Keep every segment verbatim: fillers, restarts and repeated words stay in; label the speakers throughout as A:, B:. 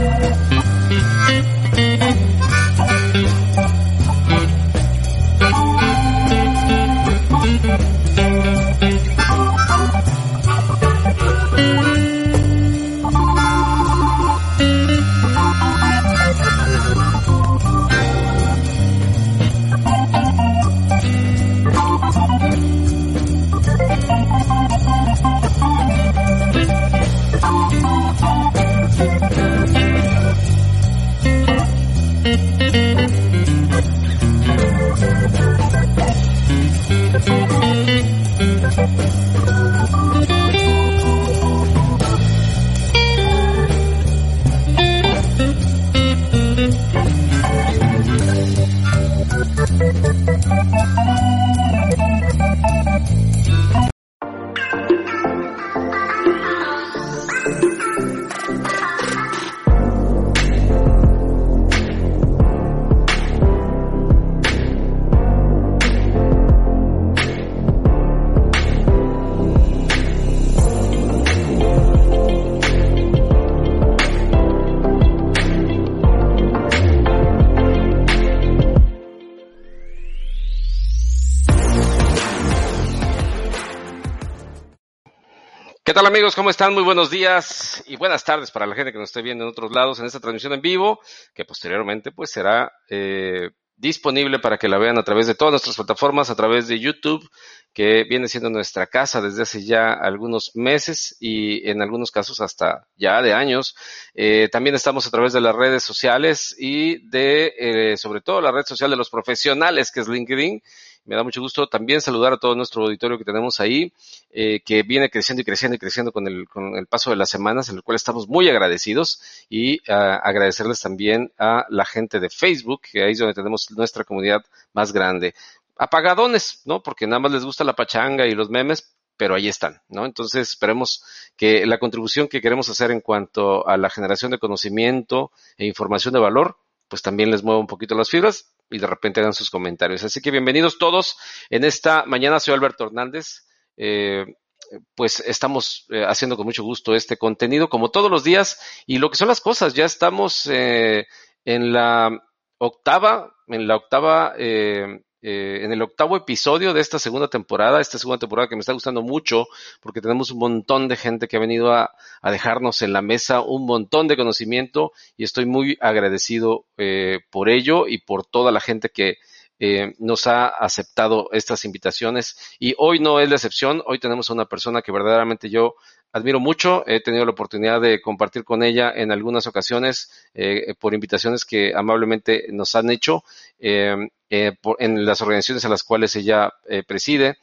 A: ¿Qué tal, amigos? ¿Cómo están? Muy buenos días y buenas tardes para la gente que nos esté viendo en otros lados en esta transmisión en vivo, que posteriormente pues será eh, disponible para que la vean a través de todas nuestras plataformas, a través de YouTube, que viene siendo nuestra casa desde hace ya algunos meses y en algunos casos hasta ya de años. Eh, también estamos a través de las redes sociales y de, eh, sobre todo, la red social de los profesionales, que es LinkedIn. Me da mucho gusto también saludar a todo nuestro auditorio que tenemos ahí, eh, que viene creciendo y creciendo y creciendo con el, con el paso de las semanas, en el cual estamos muy agradecidos, y uh, agradecerles también a la gente de Facebook, que ahí es donde tenemos nuestra comunidad más grande. Apagadones, ¿no? Porque nada más les gusta la pachanga y los memes, pero ahí están, ¿no? Entonces esperemos que la contribución que queremos hacer en cuanto a la generación de conocimiento e información de valor, pues también les mueva un poquito las fibras y de repente hagan sus comentarios. Así que bienvenidos todos en esta mañana. Soy Alberto Hernández. Eh, pues estamos eh, haciendo con mucho gusto este contenido, como todos los días, y lo que son las cosas, ya estamos eh, en la octava, en la octava, eh, eh, en el octavo episodio de esta segunda temporada, esta segunda temporada que me está gustando mucho, porque tenemos un montón de gente que ha venido a, a dejarnos en la mesa un montón de conocimiento, y estoy muy agradecido eh, por ello y por toda la gente que Eh, nos ha aceptado estas invitaciones, y hoy no es la excepción. Hoy tenemos a una persona que verdaderamente yo admiro mucho. He tenido la oportunidad de compartir con ella en algunas ocasiones eh, por invitaciones que amablemente nos han hecho eh, eh, por, en las organizaciones a las cuales ella eh, preside,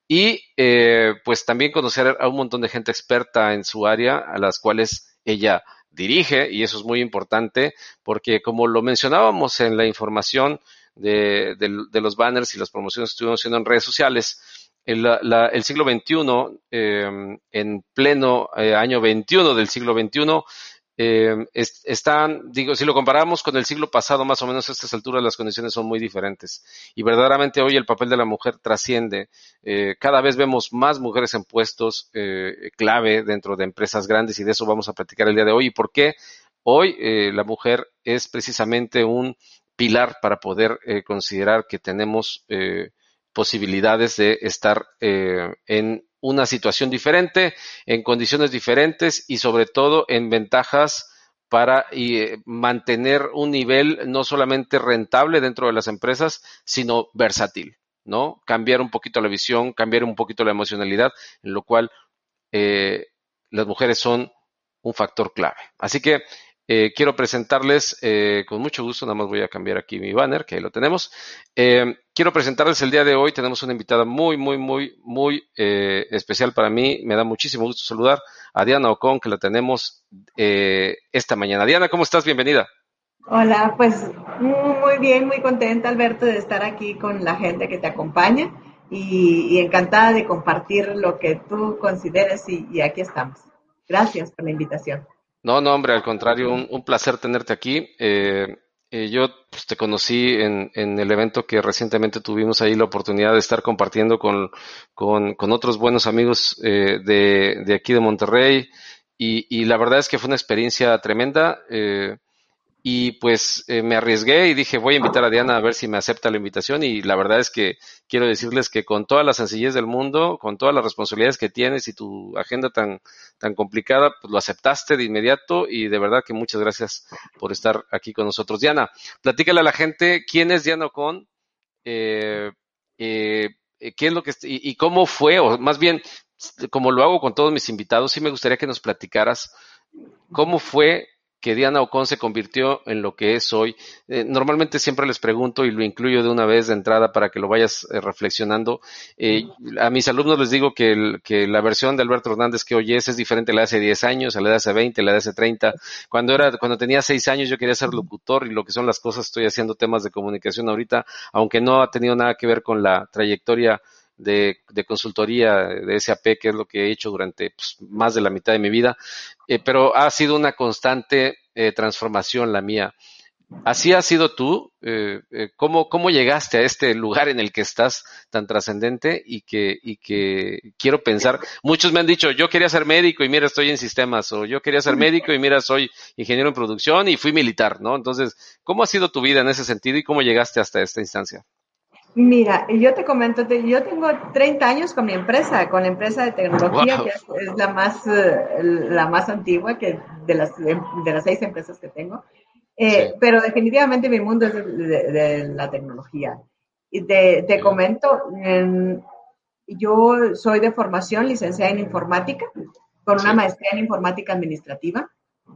A: y eh, pues también conocer a un montón de gente experta en su área a las cuales ella dirige, y eso es muy importante porque, como lo mencionábamos en la información De, de, de los banners y las promociones que estuvimos haciendo en redes sociales, el, la, el siglo veintiuno, eh, en pleno eh, año veintiuno del siglo veintiuno, eh, es, están, digo, si lo comparamos con el siglo pasado, más o menos a estas alturas las condiciones son muy diferentes, y verdaderamente hoy el papel de la mujer trasciende. Eh, cada vez vemos más mujeres en puestos eh, clave dentro de empresas grandes, y de eso vamos a platicar el día de hoy, y por qué hoy eh, la mujer es precisamente un pilar para poder eh, considerar que tenemos eh, posibilidades de estar eh, en una situación diferente, en condiciones diferentes, y sobre todo en ventajas para y, eh, mantener un nivel no solamente rentable dentro de las empresas, sino versátil, ¿no? Cambiar un poquito la visión, cambiar un poquito la emocionalidad, en lo cual eh, las mujeres son un factor clave. Así que Eh, quiero presentarles eh, con mucho gusto, nada más voy a cambiar aquí mi banner, que ahí lo tenemos. Eh, quiero presentarles el día de hoy, tenemos una invitada muy, muy, muy, muy eh, especial para mí. Me da muchísimo gusto saludar a Diana Ocon, que la tenemos eh, esta mañana. Diana, ¿cómo estás? Bienvenida.
B: Hola, pues muy bien, muy contenta, Alberto, de estar aquí con la gente que te acompaña, y, y encantada de compartir lo que tú consideres, y, y aquí estamos. Gracias por la invitación.
A: No, no, hombre, al contrario, un, un placer tenerte aquí. Eh, eh, yo pues, te conocí en, en el evento que recientemente tuvimos ahí la oportunidad de estar compartiendo con, con, con otros buenos amigos eh, de, de aquí de Monterrey, y, y la verdad es que fue una experiencia tremenda. Eh, y pues eh, me arriesgué y dije, voy a invitar a Diana a ver si me acepta la invitación, y la verdad es que quiero decirles que con toda la sencillez del mundo, con todas las responsabilidades que tienes y tu agenda tan, tan complicada, pues lo aceptaste de inmediato, y de verdad que muchas gracias por estar aquí con nosotros. Diana, platícale a la gente quién es Diana Ocon, eh, eh, eh, qué es lo que y, y cómo fue, o más bien, como lo hago con todos mis invitados, sí me gustaría que nos platicaras cómo fue que Diana Ocon se convirtió en lo que es hoy. Eh, normalmente siempre les pregunto y lo incluyo de una vez de entrada para que lo vayas eh, reflexionando. Eh, a mis alumnos les digo que, el, que la versión de Alberto Hernández que hoy es es diferente a la de hace diez años, a la de hace veinte, a la de hace treinta. Cuando era, cuando tenía seis años yo quería ser locutor, y lo que son las cosas, estoy haciendo temas de comunicación ahorita, aunque no ha tenido nada que ver con la trayectoria de, de consultoría de S A P, que es lo que he hecho durante pues, más de la mitad de mi vida. Eh, pero ha sido una constante eh, transformación la mía. ¿Así has sido tú? Eh, eh, ¿cómo, ¿Cómo llegaste a este lugar en el que estás tan trascendente y que, y que quiero pensar? Muchos me han dicho, yo quería ser médico y mira, estoy en sistemas, o yo quería ser médico y mira, soy ingeniero en producción y fui militar, ¿no? Entonces, ¿cómo ha sido tu vida en ese sentido y cómo llegaste hasta esta instancia?
B: Mira, yo te comento, yo tengo treinta años con mi empresa, con la empresa de tecnología,
A: Wow.
B: que es, es la más eh, la más antigua que de las de las seis empresas que tengo. Eh,
A: Sí.
B: pero definitivamente mi mundo es de, de, de la tecnología. Y te, te
A: Okay.
B: comento, eh, yo soy de formación licenciada en informática, con una
A: Sí.
B: maestría en informática administrativa,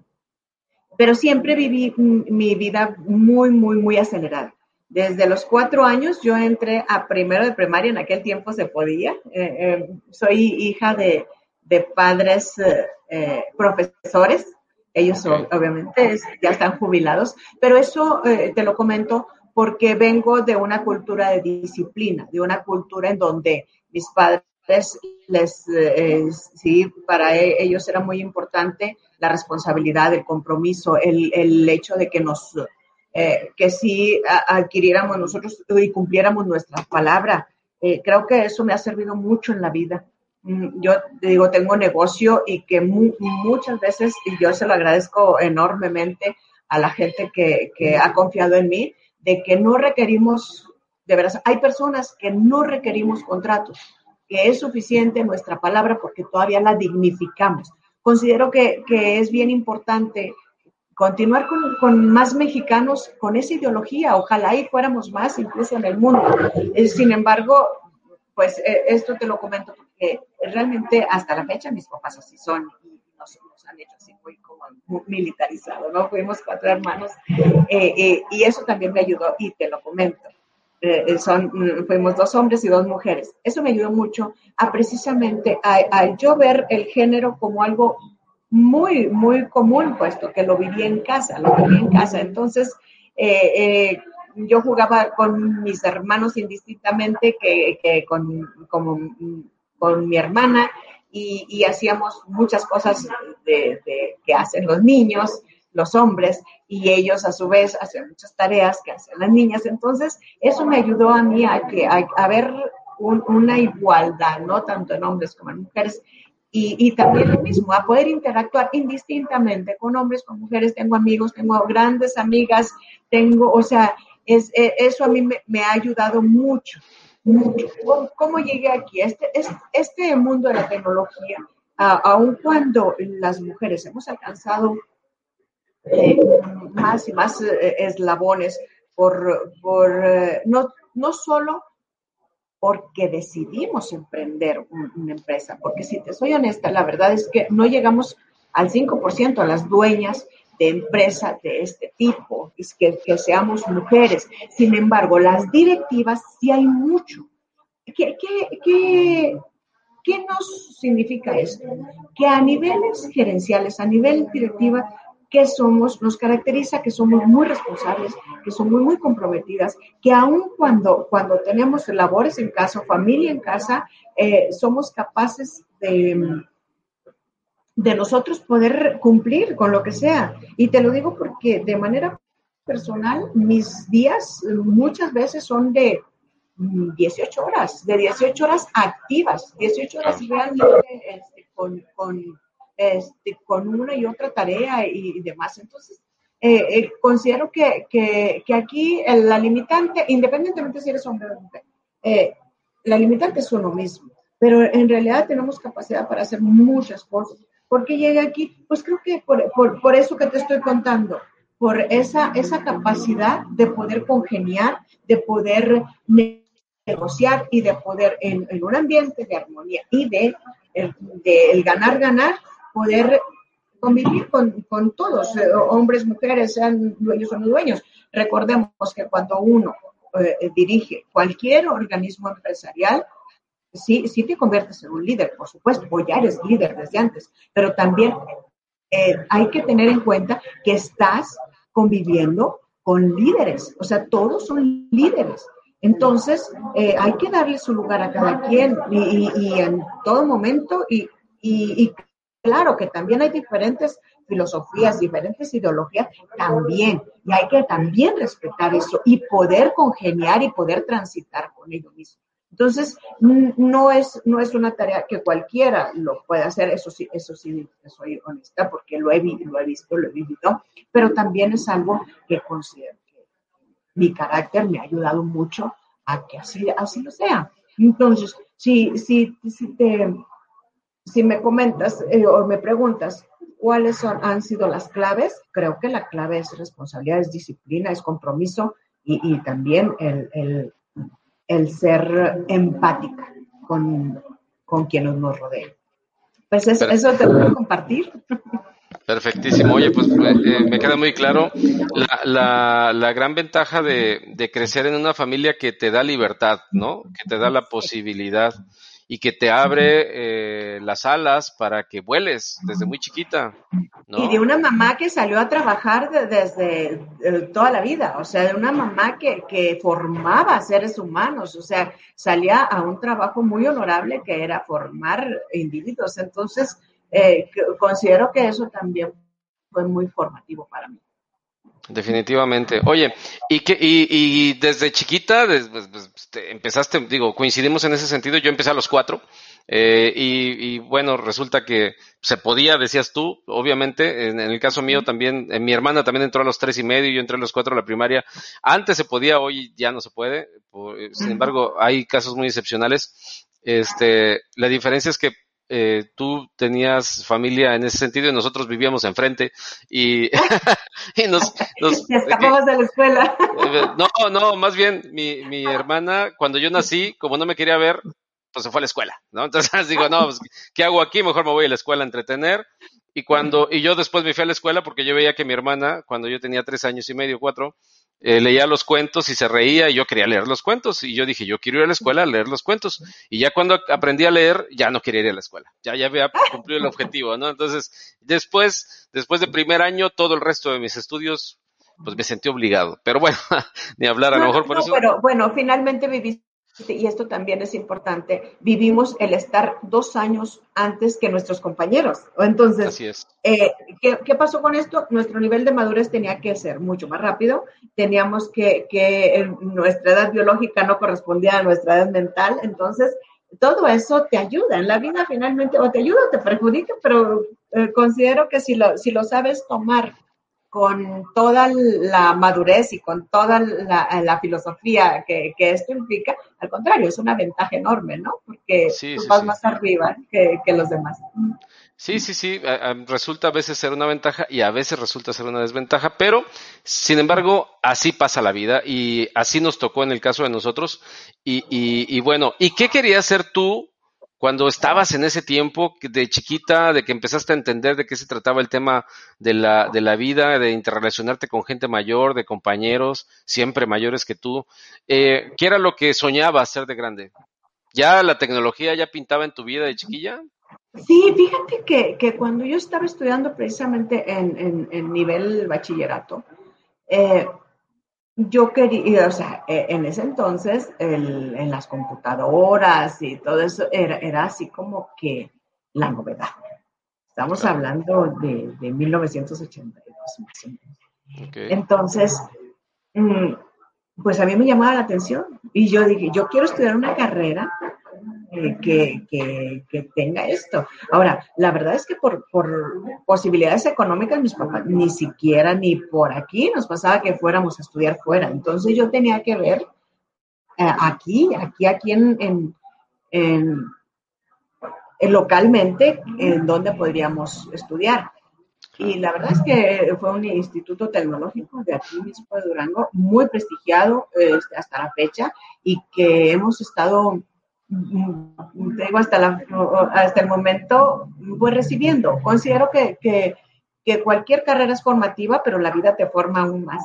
B: pero siempre viví mi vida muy, muy, muy acelerada. Desde los cuatro años yo entré a primero de primaria, en aquel tiempo se podía. Eh, eh, soy hija de, de padres eh, eh, profesores, ellos
A: Okay.
B: obviamente ya están jubilados, pero eso eh, te lo comento porque vengo de una cultura de disciplina, de una cultura en donde mis padres les, eh, sí, para ellos era muy importante la responsabilidad, el compromiso, el, el hecho de que nos, eh, que sí adquiriéramos nosotros y cumpliéramos nuestra palabra. Eh, creo que eso me ha servido mucho en la vida. Yo digo, tengo negocio y que mu muchas veces, y yo se lo agradezco enormemente a la gente que, que ha confiado en mí, de que no requerimos, de veras, hay personas que no requerimos contratos, que es suficiente nuestra palabra porque todavía la dignificamos. Considero que, que es bien importante continuar con, con, más mexicanos con esa ideología. Ojalá y fuéramos más incluso en el mundo. Eh, sin embargo, pues eh, esto te lo comento porque realmente hasta la fecha mis papás así son y nos, nos han hecho así muy como muy militarizado, ¿no? Fuimos cuatro hermanos eh, eh, y eso también me ayudó y te lo comento. Eh, son, fuimos dos hombres y dos mujeres. Eso me ayudó mucho a precisamente a, a yo ver el género como algo muy, muy común, puesto que lo viví en casa, lo viví en casa. Entonces, eh, eh, yo jugaba con mis hermanos indistintamente que, que con, como, con mi hermana y, y hacíamos muchas cosas de, de, que hacen los niños, los hombres, y ellos a su vez hacían muchas tareas que hacen las niñas. Entonces, eso me ayudó a mí a, que, a, a ver un, una igualdad, ¿no? Tanto en hombres como en mujeres. Y, y también lo mismo, a poder interactuar indistintamente con hombres, con mujeres. Tengo amigos, tengo grandes amigas, tengo, o sea, es, es, eso a mí me, me ha ayudado mucho, mucho. ¿Cómo, cómo llegué aquí? Este, este, este mundo de la tecnología, uh, aun cuando las mujeres hemos alcanzado eh, más y más eh, eslabones por, por eh, no, no solo porque decidimos emprender un, una empresa, porque si te soy honesta, la verdad es que no llegamos al cinco por ciento a las dueñas de empresa de este tipo, es que, que seamos mujeres. Sin embargo, las directivas sí hay mucho. ¿Qué, qué, qué, qué nos significa esto? Que a niveles gerenciales, a nivel directiva, que somos, nos caracteriza que somos muy responsables, que somos muy, muy comprometidas, que aun cuando, cuando tenemos labores en casa, familia en casa, eh, somos capaces de, de nosotros poder cumplir con lo que sea. Y te lo digo porque de manera personal, mis días muchas veces son de dieciocho horas, de dieciocho horas activas, dieciocho horas
A: Claro.
B: realmente este, con, con este, con una y otra tarea y, y demás. Entonces, eh, eh, considero que, que, que aquí la limitante, independientemente si eres hombre o mujer, eh, la limitante es uno mismo, pero en realidad tenemos capacidad para hacer muchas cosas. ¿Por qué llegué aquí? Pues creo que por, por, por eso que te estoy contando, por esa, esa capacidad de poder congeniar, de poder negociar y de poder en, en un ambiente de armonía y de el, de el ganar, ganar, poder convivir con, con todos, eh, hombres, mujeres, sean dueños o no dueños. Recordemos que cuando uno eh, dirige cualquier organismo empresarial, sí, sí te conviertes en un líder, por supuesto, o ya eres líder desde antes, pero también eh, hay que tener en cuenta que estás conviviendo con líderes, o sea, todos son líderes. Entonces, eh, hay que darle su lugar a cada quien y, y, y en todo momento y, y, y claro que también hay diferentes filosofías, diferentes ideologías también, y hay que también respetar eso y poder congeniar y poder transitar con ello mismo. Entonces, no es, no es una tarea que cualquiera lo pueda hacer, eso sí, eso sí, soy honesta, porque lo he, lo he visto, lo he vivido, pero también es algo que considero que mi carácter me ha ayudado mucho a que así, así lo sea. Entonces, si, si, si te... Si me comentas eh, o me preguntas cuáles son, han sido las claves, creo que la clave es responsabilidad, es disciplina, es compromiso y, y también el, el, el ser empática con, con quienes nos rodean. Pues eso, eso te puedo compartir.
A: Perfectísimo. Oye, pues eh, me queda muy claro la, la, la gran ventaja de, de crecer en una familia que te da libertad, ¿no? Que te da la posibilidad y que te abre eh, las alas para que vueles desde muy chiquita, ¿no?
B: Y de una mamá que salió a trabajar de, desde de toda la vida, o sea, de una mamá que, que formaba seres humanos, o sea, salía a un trabajo muy honorable que era formar individuos. Entonces, eh, considero que eso también fue muy formativo para mí.
A: Definitivamente. Oye, y que y, y desde chiquita des, pues, pues, te empezaste, digo, coincidimos en ese sentido. Yo empecé a los cuatro eh, y, y bueno, resulta que se podía, decías tú, obviamente. En, en el caso mío también, eh, mi hermana también entró a los tres y medio, yo entré a los cuatro a la primaria. Antes se podía, hoy ya no se puede. Por, sin embargo, hay casos muy excepcionales. Este, la diferencia es que Eh, tú tenías familia en ese sentido y nosotros vivíamos enfrente y, y nos, nos
B: Te escapabas de la escuela.
A: eh, no, no, más bien mi, mi hermana cuando yo nací, como no me quería ver, pues se fue a la escuela, ¿no? Entonces digo, no, pues, ¿qué hago aquí? Mejor me voy a la escuela a entretener. Y cuando, y yo después me fui a la escuela porque yo veía que mi hermana, cuando yo tenía tres años y medio, cuatro, eh, leía los cuentos y se reía y yo quería leer los cuentos. Y yo dije, yo quiero ir a la escuela a leer los cuentos. Y ya cuando aprendí a leer, ya no quería ir a la escuela. Ya, ya había cumplido el objetivo, ¿no? Entonces, después, después de primer año, todo el resto de mis estudios, pues me sentí obligado. Pero bueno, ni hablar, a lo
B: No,
A: mejor por
B: no,
A: eso.
B: pero bueno, finalmente viviste, y esto también es importante, vivimos el estar dos años antes que nuestros compañeros. Entonces,
A: Así es.
B: eh, ¿qué, ¿qué pasó con esto? Nuestro nivel de madurez tenía que ser mucho más rápido, teníamos que, que nuestra edad biológica no correspondía a nuestra edad mental, entonces todo eso te ayuda en la vida finalmente, o te ayuda o te perjudica, pero eh, considero que si lo, si lo sabes tomar con toda la madurez y con toda la, la filosofía que, que esto implica, al contrario, es una ventaja enorme, ¿no? Porque
A: Sí,
B: tú
A: sí,
B: vas
A: sí.
B: más arriba que, que los demás.
A: Sí, sí, sí, a- a- resulta a veces ser una ventaja y a veces resulta ser una desventaja, pero sin embargo, así pasa la vida y así nos tocó en el caso de nosotros. Y, y, y bueno, ¿y qué querías hacer tú cuando estabas en ese tiempo que- de chiquita, de que empezaste a entender de qué se trataba el tema de la, de la vida, de interrelacionarte con gente mayor, de compañeros, siempre mayores que tú? Eh, ¿qué era lo que soñabas ser de grande? ¿Ya la tecnología ya pintaba en tu vida de chiquilla?
B: Sí, fíjate que, que cuando yo estaba estudiando precisamente en, en, en nivel bachillerato, eh, yo quería, o sea, eh, en ese entonces, el, en las computadoras y todo eso, era, era así como que la novedad. Estamos
A: Claro,
B: hablando de, de mil novecientos ochenta y dos, más o menos.
A: ok.
B: Entonces, mm, pues a mí me llamaba la atención y yo dije, yo quiero estudiar una carrera eh, que, que, que tenga esto. Ahora, la verdad es que por, por posibilidades económicas, mis papás ni siquiera ni por aquí nos pasaba que fuéramos a estudiar fuera. Entonces yo tenía que ver eh, aquí, aquí, aquí en, en, en, en localmente en dónde podríamos estudiar. Y
A: Claro.
B: la verdad es que fue un instituto tecnológico de aquí mismo de Durango, muy prestigiado eh, hasta la fecha y que hemos estado, mm, te digo, hasta, la, hasta el momento, pues recibiendo. Considero que, que, que cualquier carrera es formativa, pero la vida te forma aún más.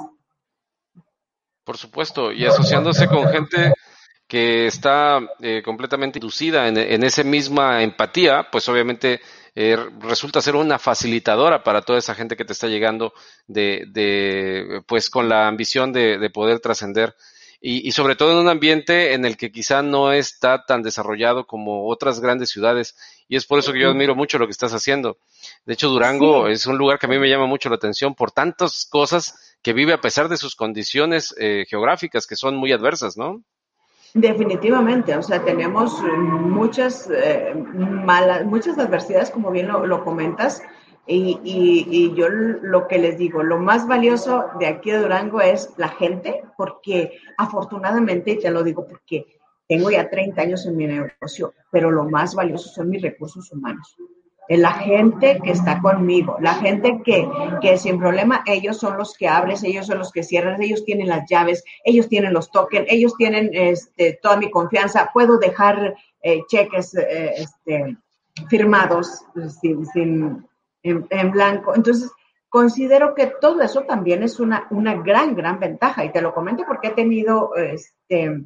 A: Por supuesto, y asociándose con gente que está eh, completamente inducida en, en esa misma empatía, pues obviamente eh, resulta ser una facilitadora para toda esa gente que te está llegando de, de pues con la ambición de, de poder trascender y, y sobre todo en un ambiente en el que quizá no está tan desarrollado como otras grandes ciudades y es por eso que yo admiro mucho lo que estás haciendo. De hecho, Durango
B: Sí,
A: es un lugar que a mí me llama mucho la atención por tantas cosas que vive a pesar de sus condiciones eh, geográficas que son muy adversas, ¿no?
B: definitivamente, o sea, tenemos muchas eh, malas, muchas adversidades, como bien lo, lo comentas, y, y, y, yo lo que les digo, lo más valioso de aquí de Durango es la gente, porque afortunadamente, y te lo digo porque tengo ya treinta años en mi negocio, pero lo más valioso son mis recursos humanos. La gente que está conmigo, la gente que, que sin problema, ellos son los que abres, ellos son los que cierran, ellos tienen las llaves, ellos tienen los tokens, ellos tienen este, toda mi confianza, puedo dejar eh, cheques eh, este, firmados sin, sin, en, en blanco. Entonces, considero que todo eso también es una, una gran, gran ventaja y te lo comento porque he tenido este,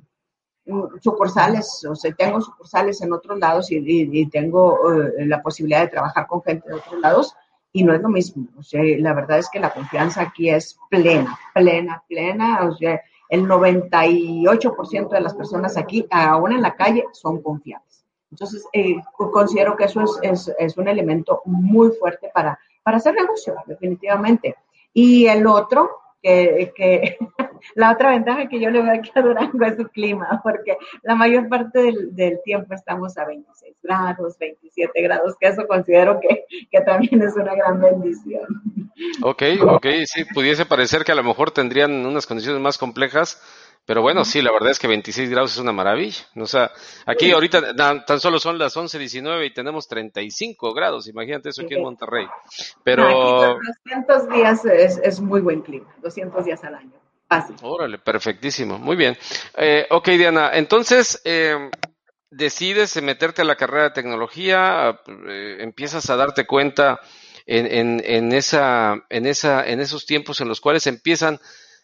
B: sucursales, o sea, tengo sucursales en otros lados y, y, y tengo uh, la posibilidad de trabajar con gente de otros lados y no es lo mismo. O sea, la verdad es que la confianza aquí es plena, plena, plena. O sea, el noventa y ocho por ciento de las personas aquí, aún en la calle, son confiables. Entonces, eh, considero que eso es, es, es un elemento muy fuerte para, para hacer negocio, definitivamente. Y el otro, que, que la otra ventaja que yo le veo aquí a Durango es su clima, porque la mayor parte del, del tiempo estamos a veintiséis grados, veintisiete grados, que eso considero que, que también es una gran bendición.
A: Ok, ok, sí, pudiese parecer que a lo mejor tendrían unas condiciones más complejas, pero bueno, sí, la verdad es que veintiséis grados es una maravilla. O sea, aquí ahorita na- tan solo son las once diecinueve y tenemos treinta y cinco grados, imagínate eso aquí en Monterrey.
B: No, aquí
A: Pero,
B: doscientos días es, es muy buen clima, doscientos días al año, fácil.
A: órale, perfectísimo, muy bien. Eh, ok, Diana, entonces eh, decides meterte a la carrera de tecnología, eh, empiezas a darte cuenta en, en, en esa, en esa, en esos tiempos en los cuales empiezan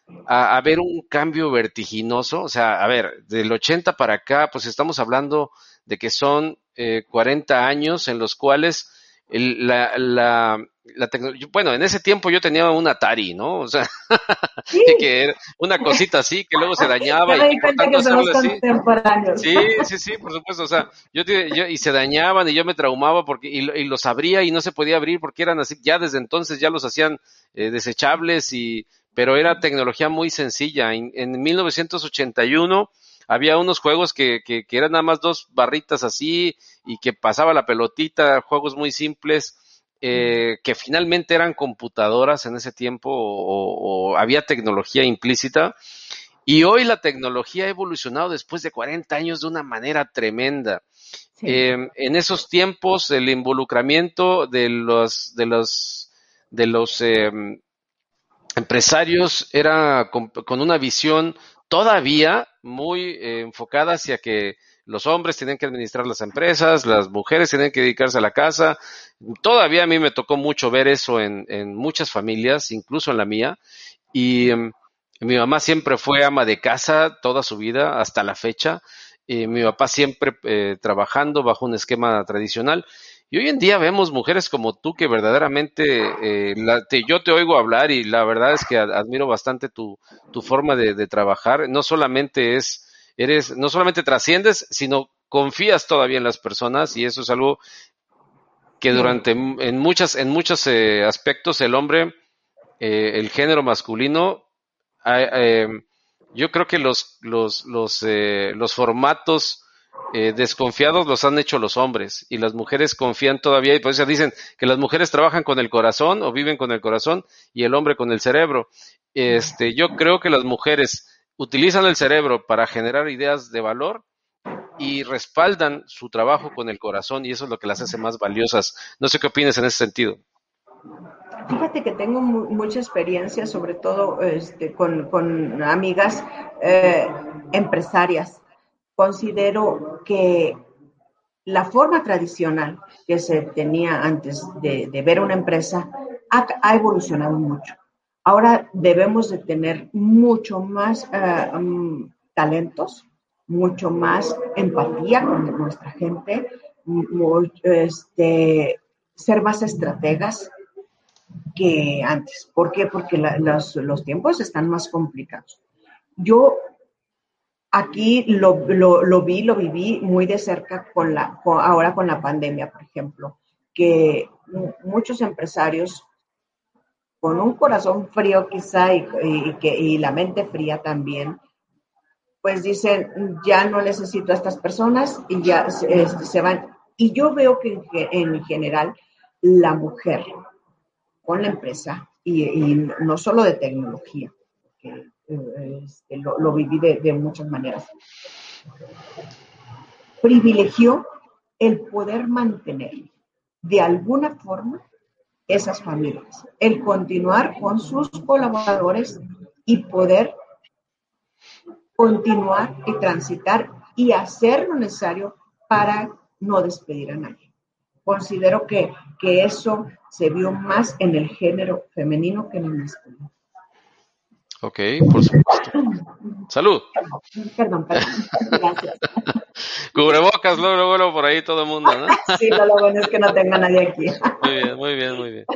A: a, a ver un cambio vertiginoso. O sea, a ver, del ochenta para acá, pues estamos hablando de que son eh, cuarenta años en los cuales el- la, la, la tecnología, bueno, en ese tiempo yo tenía un Atari, ¿no? O sea,
B: Sí,
A: que era una cosita así que luego se dañaba
B: ya
A: y
B: me
A: que
B: di
A: por
B: cuenta
A: tanto
B: que somos
A: hacerlo así.
B: contemporáneos.
A: Sí, sí, sí, por supuesto, o sea, yo, te- yo y se dañaban y yo me traumaba porque y, lo- y los abría y no se podía abrir porque eran así, ya desde entonces ya los hacían eh, desechables y pero era tecnología muy sencilla. En, en mil novecientos ochenta y uno había unos juegos que, que, que eran nada más dos barritas así y que pasaba la pelotita, juegos muy simples eh, que finalmente eran computadoras en ese tiempo o, o había tecnología implícita y hoy la tecnología ha evolucionado después de cuarenta años de una manera tremenda.
B: Sí,
A: Eh, en esos tiempos, el involucramiento de los, de los, de los eh, empresarios era con, con, una visión todavía muy eh, enfocada hacia que los hombres tienen que administrar las empresas, las mujeres tienen que dedicarse a la casa. Todavía a mí me tocó mucho ver eso en, en muchas familias, incluso en la mía. Y um, mi mamá siempre fue ama de casa toda su vida, hasta la fecha. Y mi papá siempre eh, trabajando bajo un esquema tradicional. Y hoy en día vemos mujeres como tú que verdaderamente, eh, la, te, yo te oigo hablar y la verdad es que admiro bastante tu, tu forma de, de trabajar. No solamente es, eres, no solamente trasciendes, sino confías todavía en las personas y eso es algo que
B: sí,
A: durante, en muchas, en muchos eh, aspectos el hombre, eh, el género masculino, eh, eh, yo creo que los, los, los, eh, los formatos eh, desconfiados los han hecho los hombres y las mujeres confían todavía y por eso dicen que las mujeres trabajan con el corazón o viven con el corazón y el hombre con el cerebro. Este, yo creo que las mujeres utilizan el cerebro para generar ideas de valor y respaldan su trabajo con el corazón y eso es lo que las hace más valiosas. No sé qué opinas en ese sentido.
B: Fíjate que tengo mu- mucha experiencia, sobre todo este, con, con amigas eh, empresarias. Considero que la forma tradicional que se tenía antes de, de ver una empresa ha, ha evolucionado mucho. Ahora debemos de tener mucho más uh, um, talentos, mucho más empatía con nuestra gente, muy, este, ser más estrategas que antes. ¿Por qué? Porque la, los, los tiempos están más complicados. Yo aquí lo, lo, lo, vi, lo viví muy de cerca con la, con, ahora con la pandemia, por ejemplo, que muchos empresarios con un corazón frío quizá y, y, que, y la mente fría también, pues dicen, ya no necesito a estas personas y ya se, se van. Y yo veo que en, en general la mujer con la empresa y, y no solo de tecnología, que este, lo, lo viví de, de muchas maneras, privilegió el poder mantener de alguna forma esas familias, el continuar con sus colaboradores y poder continuar y transitar y hacer lo necesario para no despedir a nadie. Considero que, que eso se vio más en el género femenino que en el masculino.
A: Ok, por supuesto. Salud.
B: Perdón, perdón. Gracias.
A: Cubrebocas, luego, luego, luego, por ahí todo el mundo, ¿no?
B: Sí, no, lo bueno es que no tengo a nadie aquí.
A: Muy bien, muy bien, muy bien.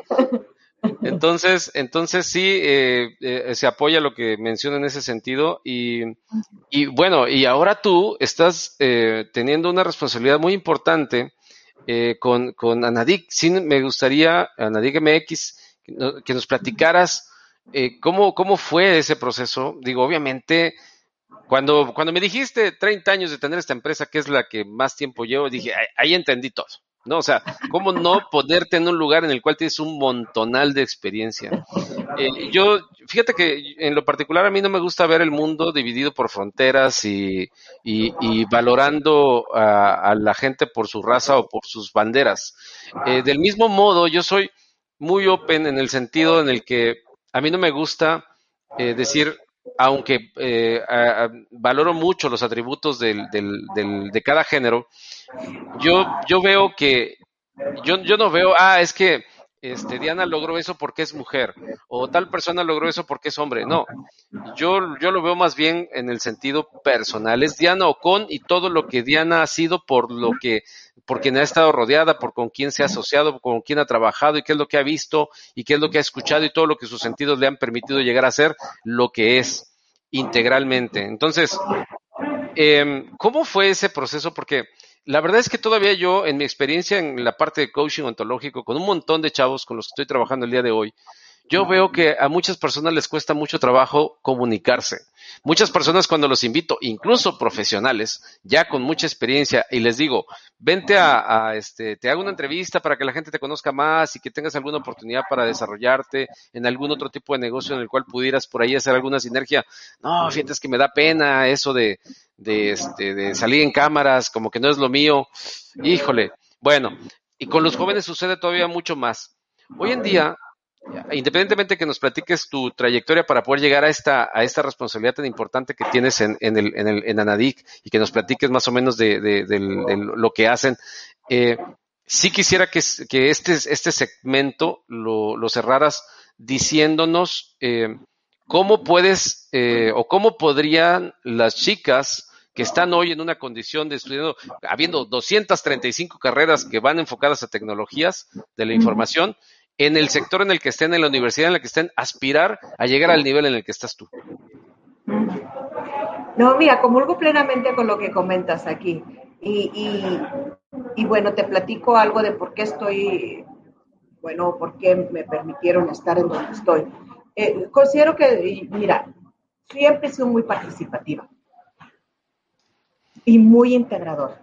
A: Entonces, entonces sí, eh, eh, se apoya lo que menciona en ese sentido y, y bueno, y ahora tú estás eh, teniendo una responsabilidad muy importante eh, con, con Anadik. Sí, me gustaría, Anadik M X, que, no, que nos platicaras eh, cómo, cómo fue ese proceso. Digo, obviamente, cuando, cuando me dijiste treinta años de tener esta empresa, que es la que más tiempo llevo, dije, ahí, ahí entendí todo. ¿No? O sea, ¿cómo no ponerte en un lugar en el cual tienes un montonal de experiencia? Eh, yo, fíjate que en lo particular a mí no me gusta ver el mundo dividido por fronteras y, y, y valorando a, a la gente por su raza o por sus banderas. Eh, del mismo modo, yo soy muy open en el sentido en el que a mí no me gusta eh, decir, aunque eh, a, a, valoro mucho los atributos del, del, del, de cada género, yo, yo veo que, yo, yo no veo, ah, es que este, Diana logró eso porque es mujer, o tal persona logró eso porque es hombre. No, yo, yo lo veo más bien en el sentido personal. Es Diana Ocon y todo lo que Diana ha sido por lo que, por quien ha estado rodeada, por con quién se ha asociado, con quién ha trabajado y qué es lo que ha visto y qué es lo que ha escuchado y todo lo que sus sentidos le han permitido llegar a ser lo que es integralmente. Entonces, eh, ¿cómo fue ese proceso? Porque la verdad es que todavía yo, en mi experiencia en la parte de coaching ontológico, con un montón de chavos con los que estoy trabajando el día de hoy, yo veo que a muchas personas les cuesta mucho trabajo comunicarse. Muchas personas cuando los invito, incluso profesionales, ya con mucha experiencia, y les digo, vente a, a este, te hago una entrevista para que la gente te conozca más y que tengas alguna oportunidad para desarrollarte en algún otro tipo de negocio en el cual pudieras por ahí hacer alguna sinergia. No, fíjate, es que me da pena eso de, de, este, de salir en cámaras, como que no es lo mío. Híjole, bueno, y con los jóvenes sucede todavía mucho más. Hoy en día, independientemente que nos platiques tu trayectoria para poder llegar a esta, a esta responsabilidad tan importante que tienes en, en, el, en, el, en Anadik y que nos platiques más o menos de, de, de, de lo que hacen, eh, sí quisiera que, que este, este segmento lo, lo cerraras diciéndonos eh, cómo puedes eh, o cómo podrían las chicas que están hoy en una condición de estudiando, habiendo doscientas treinta y cinco carreras que van enfocadas a tecnologías de la información, en el sector en el que estén, en la universidad en la que estén, aspirar a llegar al nivel en el que estás tú.
B: No, mira, comulgo plenamente con lo que comentas aquí. Y, y, y bueno, te platico algo de por qué estoy, bueno, por qué me permitieron estar en donde estoy. Eh, considero que, mira, siempre he sido muy participativa.
C: y muy integrador.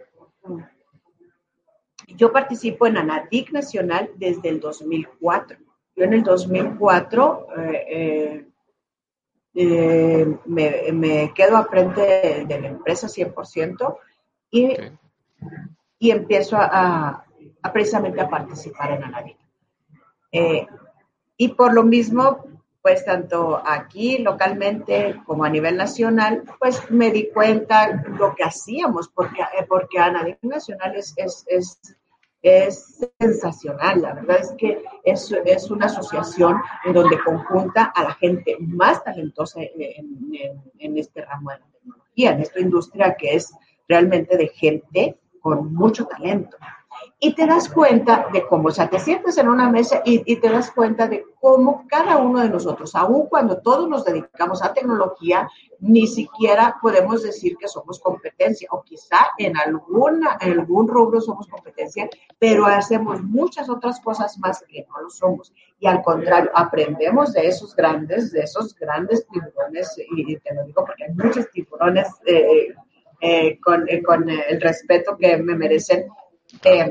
C: Yo participo en ANADIC Nacional desde el dos mil cuatro. Yo en el dos mil cuatro eh, eh, eh, me, me quedo a frente de, de la empresa cien por ciento y, okay. y empiezo a, a, a precisamente a participar en ANADIC. Eh, y por lo mismo, pues tanto aquí localmente como a nivel nacional, pues me di cuenta lo que hacíamos, porque, porque ANADIC Nacional es, es, es, es sensacional. La verdad es que es, es una asociación en donde conjunta a la gente más talentosa en, en, en este ramo de la tecnología, en esta industria que es realmente de gente con mucho talento. Y te das cuenta de cómo, o sea, te sientas en una mesa y, y te das cuenta de cómo cada uno de nosotros, aun cuando todos nos dedicamos a tecnología, ni siquiera podemos decir que somos competencia, o quizá en, alguna, en algún rubro somos competencia, pero hacemos muchas otras cosas más que no lo somos. Y al contrario, aprendemos de esos grandes, de esos grandes tiburones, y te lo digo porque hay muchos tiburones eh, eh, con, eh, con el respeto que me merecen, Eh,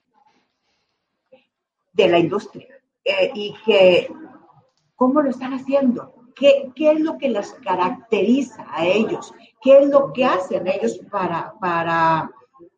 C: de la industria eh, y que cómo lo están haciendo, ¿Qué, qué es lo que les caracteriza a ellos, qué es lo que hacen ellos para, para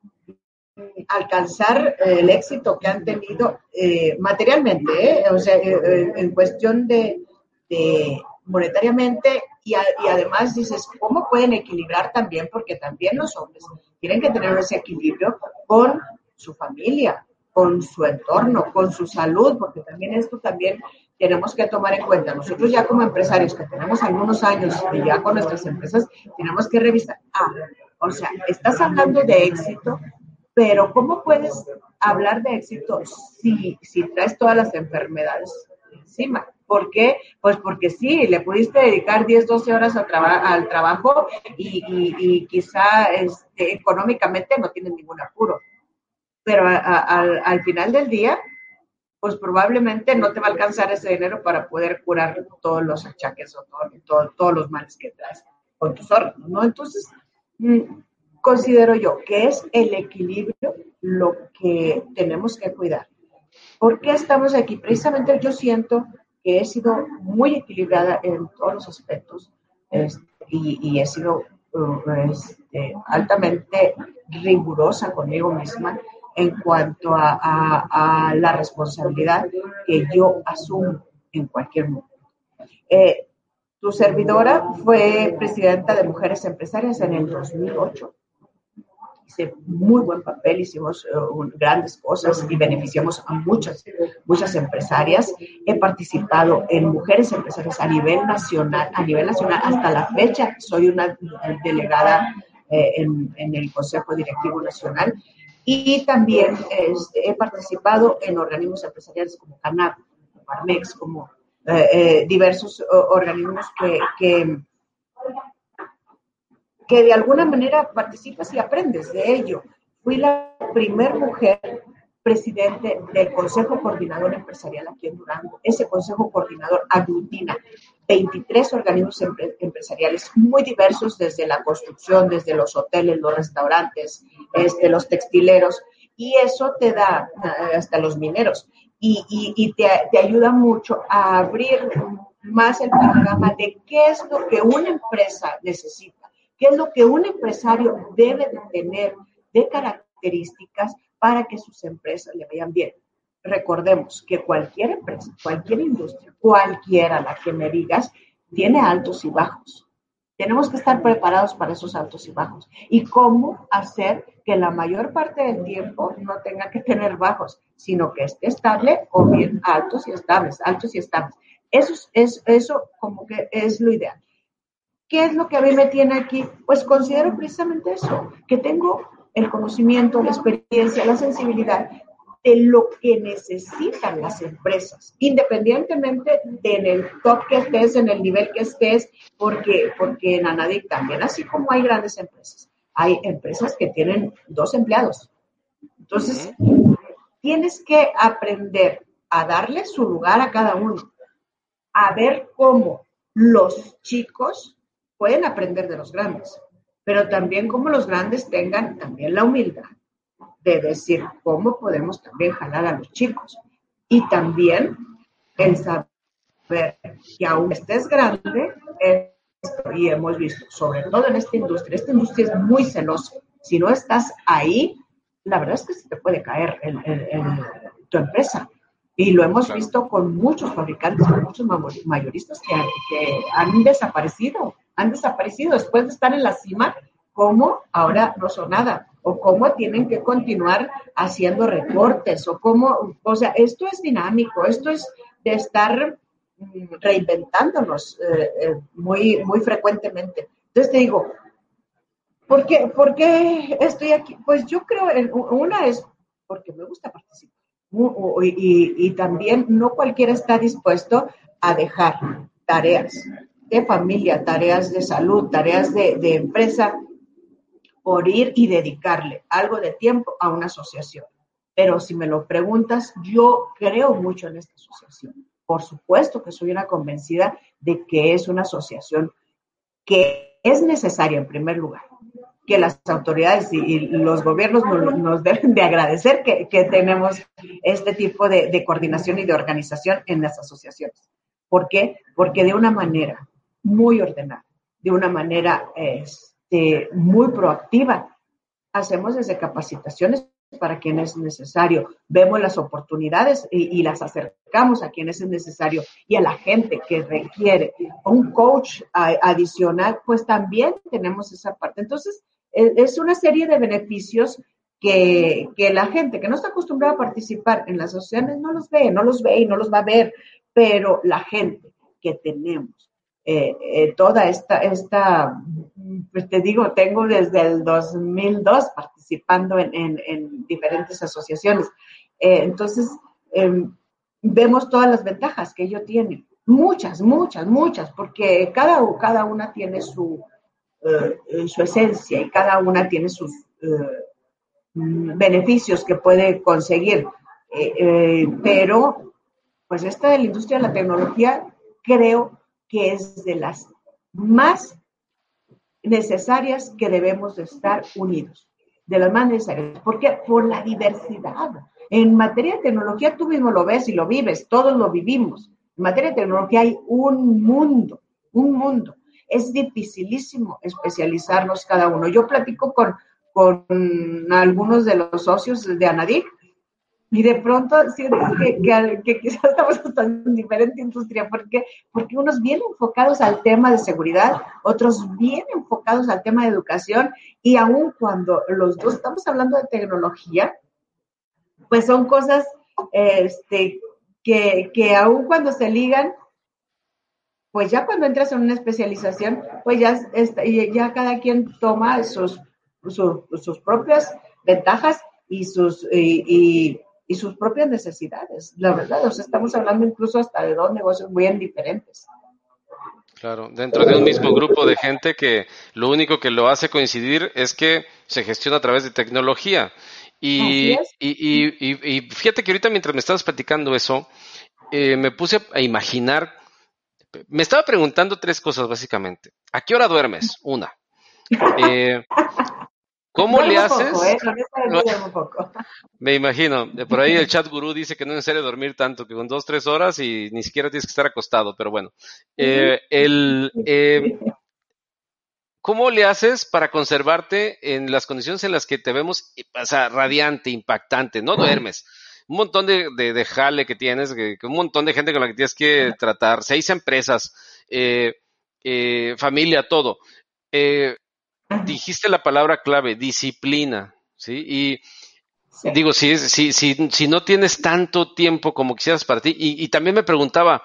C: alcanzar el éxito que han tenido eh, materialmente, ¿eh? O sea, eh, en cuestión de, de monetariamente y, a, y además dices, ¿cómo pueden equilibrar también? Porque también los hombres tienen que tener ese equilibrio con su familia, con su entorno, con su salud, porque también esto también tenemos que tomar en cuenta. Nosotros ya como empresarios que tenemos algunos años y ya con nuestras empresas, tenemos que revisar. Ah, o sea, estás hablando de éxito, pero ¿cómo puedes hablar de éxito si, si traes todas las enfermedades encima? ¿Por qué? Pues porque sí, le pudiste dedicar diez, doce horas al, traba- al trabajo y, y, y quizá este, económicamente no tienes ningún apuro. Pero a, a, al, al final del día, pues probablemente no te va a alcanzar ese dinero para poder curar todos los achaques o todo, todo, todos los males que traes con tus órganos, ¿no? Entonces, mmm, considero yo que es el equilibrio lo que tenemos que cuidar. ¿Por qué estamos aquí? Precisamente yo siento que he sido muy equilibrada en todos los aspectos este, y, y he sido uh, este, altamente rigurosa conmigo misma en cuanto a, a, a la responsabilidad que yo asumo en cualquier momento. Eh, tu servidora fue presidenta de Mujeres Empresarias en el dos mil ocho. Hice muy buen papel, hicimos uh, grandes cosas y beneficiamos a muchas, muchas empresarias. He participado en Mujeres Empresarias a nivel nacional, a nivel nacional hasta la fecha. Soy una delegada eh, en, en el Consejo Directivo Nacional y también este, he participado en organismos empresariales como CANAP, como Parmex, como eh, eh, diversos uh, organismos que, que que de alguna manera participas y aprendes de ello. Fui la primera mujer presidente del Consejo Coordinador Empresarial aquí en Durango. Ese Consejo Coordinador aglutina veintitrés organismos empresariales muy diversos, desde la construcción, desde los hoteles, los restaurantes, este, los textileros, y eso te da, hasta los mineros, y, y, y te, te ayuda mucho a abrir más el panorama de qué es lo que una empresa necesita. ¿Qué es lo que un empresario debe de tener de características para que sus empresas le vayan bien? Recordemos que cualquier empresa, cualquier industria, cualquiera la que me digas, tiene altos y bajos. Tenemos que estar preparados para esos altos y bajos. ¿Y cómo hacer que la mayor parte del tiempo no tenga que tener bajos, sino que esté estable o bien altos y estables, altos y estables? Eso es, eso como que es lo ideal. ¿Qué es lo que a mí me tiene aquí? Pues considero precisamente eso, que tengo el conocimiento, la experiencia, la sensibilidad de lo que necesitan las empresas, independientemente de en el top que estés, en el nivel que estés, porque, porque en ANADIC también, así como hay grandes empresas, hay empresas que tienen dos empleados. Entonces, uh-huh. tienes que aprender a darle su lugar a cada uno, a ver cómo los chicos pueden aprender de los grandes, pero también como los grandes tengan también la humildad de decir cómo podemos también jalar a los chicos. Y también el saber que aún estés grande, esto, y hemos visto, sobre todo en esta industria, esta industria es muy celosa. Si no estás ahí, la verdad es que se te puede caer el, el, el, tu empresa. Y lo hemos claro. visto con muchos fabricantes, con muchos mayoristas que, que han desaparecido, han desaparecido después de estar en la cima, como ahora no son nada, o cómo tienen que continuar haciendo recortes, o cómo, o sea, esto es dinámico, esto es de estar reinventándonos eh, eh, muy, muy frecuentemente. Entonces te digo, ¿por qué, ¿por qué estoy aquí? Pues yo creo, en, una es porque me gusta participar. Y, y, y también no cualquiera está dispuesto a dejar tareas de familia, tareas de salud, tareas de, de empresa, por ir y dedicarle algo de tiempo a una asociación. Pero si me lo preguntas, yo creo mucho en esta asociación. Por supuesto que soy una convencida de que es una asociación que es necesaria en primer lugar, que las autoridades y, y los gobiernos nos, nos deben de agradecer que, que tenemos este tipo de, de coordinación y de organización en las asociaciones. ¿Por qué? Porque de una manera muy ordenada, de una manera este, muy proactiva, hacemos desde capacitaciones para quien es necesario, vemos las oportunidades y, y las acercamos a quien es necesario y a la gente que requiere un coach a, adicional, pues también tenemos esa parte. Entonces, es una serie de beneficios que, que la gente que no está acostumbrada a participar en las asociaciones no los ve, no los ve y no los va a ver, pero la gente que tenemos, eh, eh, toda esta, esta, pues te digo, tengo desde el dos mil dos participando en, en, en diferentes asociaciones, eh, entonces eh, vemos todas las ventajas que ello tiene, muchas, muchas, muchas, porque cada, cada una tiene su Uh, su esencia y cada una tiene sus uh, beneficios que puede conseguir. Eh, eh, pero, pues esta de la industria de la tecnología creo que es de las más necesarias que debemos de estar unidos, de las más necesarias. ¿Por qué? Por la diversidad. En materia de tecnología tú mismo lo ves y lo vives, todos lo vivimos. En materia de tecnología hay un mundo, un mundo. Es dificilísimo especializarnos cada uno. Yo platico con, con algunos de los socios de Anadic y de pronto siento que, que, que quizás estamos hasta en diferente industria, porque, porque unos bien enfocados al tema de seguridad, otros bien enfocados al tema de educación, y aun cuando los dos estamos hablando de tecnología, pues son cosas este, que, que aun cuando se ligan, pues ya cuando entras en una especialización, pues ya, está, ya cada quien toma sus, sus, sus propias ventajas y sus, y, y, y sus propias necesidades. La verdad, o sea, estamos hablando incluso hasta de dos negocios muy diferentes.
A: Claro, dentro de un mismo grupo de gente que lo único que lo hace coincidir es que se gestiona a través de tecnología. Y, y, y, y, y fíjate que ahorita mientras me estabas platicando eso, eh, me puse a imaginar. Me estaba preguntando tres cosas, básicamente. ¿A qué hora duermes? Una. Eh, ¿Cómo
C: duermo
A: le haces?
C: Poco, ¿eh? No, duermo poco.
A: Me imagino. Por ahí el chat gurú dice que no es necesario dormir tanto, que con dos, tres horas y ni siquiera tienes que estar acostado, pero bueno. Eh, el, eh, ¿Cómo le haces para conservarte en las condiciones en las que te vemos, o sea, radiante, impactante? No duermes. Un montón de, de, de jale que tienes, que, que un montón de gente con la que tienes que tratar, seis empresas, eh, eh, familia, todo. Eh, dijiste la palabra clave, disciplina, ¿sí? Y sí. digo, si, si, si, si no tienes tanto tiempo como quisieras para ti, y, y también me preguntaba,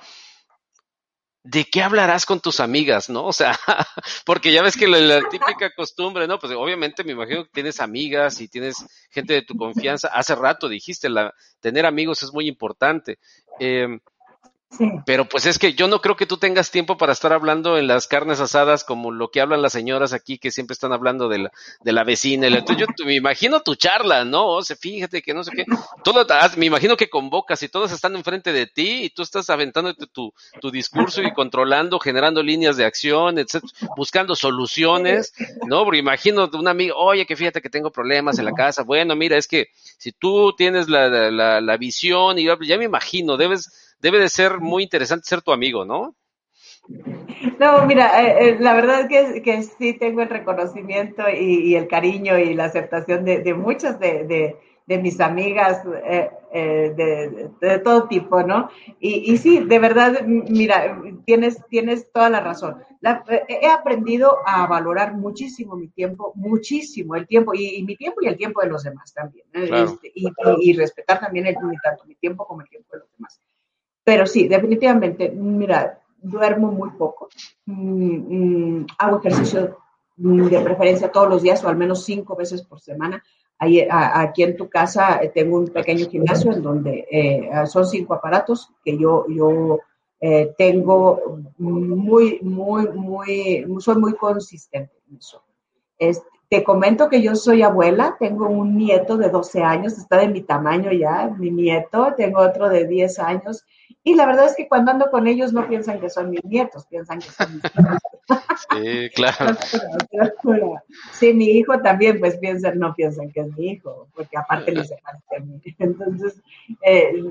A: ¿de qué hablarás con tus amigas, no? O sea, porque ya ves que la, la típica costumbre, ¿no? Pues obviamente me imagino que tienes amigas y tienes gente de tu confianza. Hace rato dijiste, la, tener amigos es muy importante. Eh,
B: Sí.
A: Pero pues es que yo no creo que tú tengas tiempo para estar hablando en las carnes asadas como lo que hablan las señoras aquí, que siempre están hablando de la, de la vecina. Entonces yo te- me imagino tu charla, ¿no? O sea, fíjate que no sé qué. Todo, me imagino que convocas y todos están enfrente de ti y tú estás aventándote tu, tu discurso y controlando, generando líneas de acción, etcétera, buscando soluciones, ¿no? Porque imagino de un amigo, oye, que fíjate que tengo problemas en la casa. Bueno, mira, es que si tú tienes la, la, la, la visión y ya me imagino, debes debe de ser muy interesante ser tu amigo, ¿no?
B: No, mira, eh, eh, la verdad es que, que sí tengo el reconocimiento y, y el cariño y la aceptación de, de muchas de, de, de mis amigas eh, eh, de, de todo tipo, ¿no? Y, y sí, de verdad, m- mira, tienes, tienes toda la razón. La- eh, he aprendido a valorar muchísimo mi tiempo, muchísimo el tiempo, y, y mi tiempo y el tiempo de los demás también, ¿eh?
A: Claro.
B: Este, y, y, y respetar también el, tanto mi tiempo como el tiempo de los demás. Pero sí, definitivamente, mira, duermo muy poco, mm, mm, hago ejercicio mm, de preferencia todos los días o al menos cinco veces por semana. Ahí, a, aquí en tu casa eh, tengo un pequeño gimnasio en donde eh, son cinco aparatos que yo, yo eh, tengo muy, muy, muy, soy muy consistente en eso. Este, te comento que yo soy abuela, tengo un nieto de doce años, está de mi tamaño ya, mi nieto, tengo otro de diez años, y la verdad es que cuando ando con ellos no piensan que son mis nietos, piensan que son mis hijos.
A: Sí, claro.
B: Sí, mi hijo también, pues piensan, no piensan que es mi hijo, porque aparte ni se parece a mí. Entonces, eh,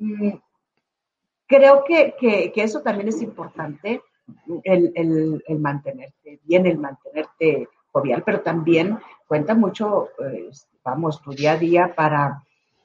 B: creo que, que, que, eso también es importante, el, el, el mantenerte bien, el mantenerte jovial, pero también cuenta mucho, pues, vamos, tu día a día para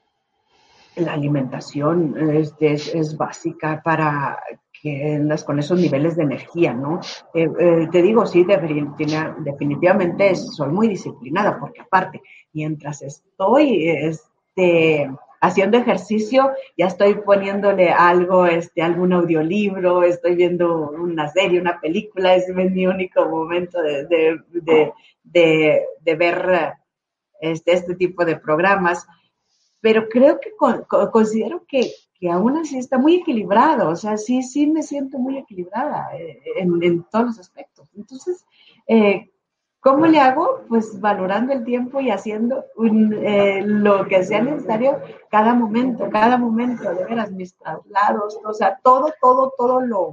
B: la alimentación, este, es, es básica para que andas con esos niveles de energía, ¿no? Eh, eh, te digo, sí, definitivamente soy muy disciplinada, porque aparte, mientras estoy, este, haciendo ejercicio, ya estoy poniéndole algo, este, algún audiolibro, estoy viendo una serie, una película, es mi único momento de, de, de, de, de ver este, este tipo de programas. Pero creo que con, con, considero que, que aún así está muy equilibrado, o sea, sí, sí me siento muy equilibrada eh, en, en todos los aspectos. Entonces, eh, ¿cómo le hago? Pues valorando el tiempo y haciendo un, eh, lo que sea necesario cada momento, cada momento, de veras, mis traslados, o sea, todo, todo, todo lo,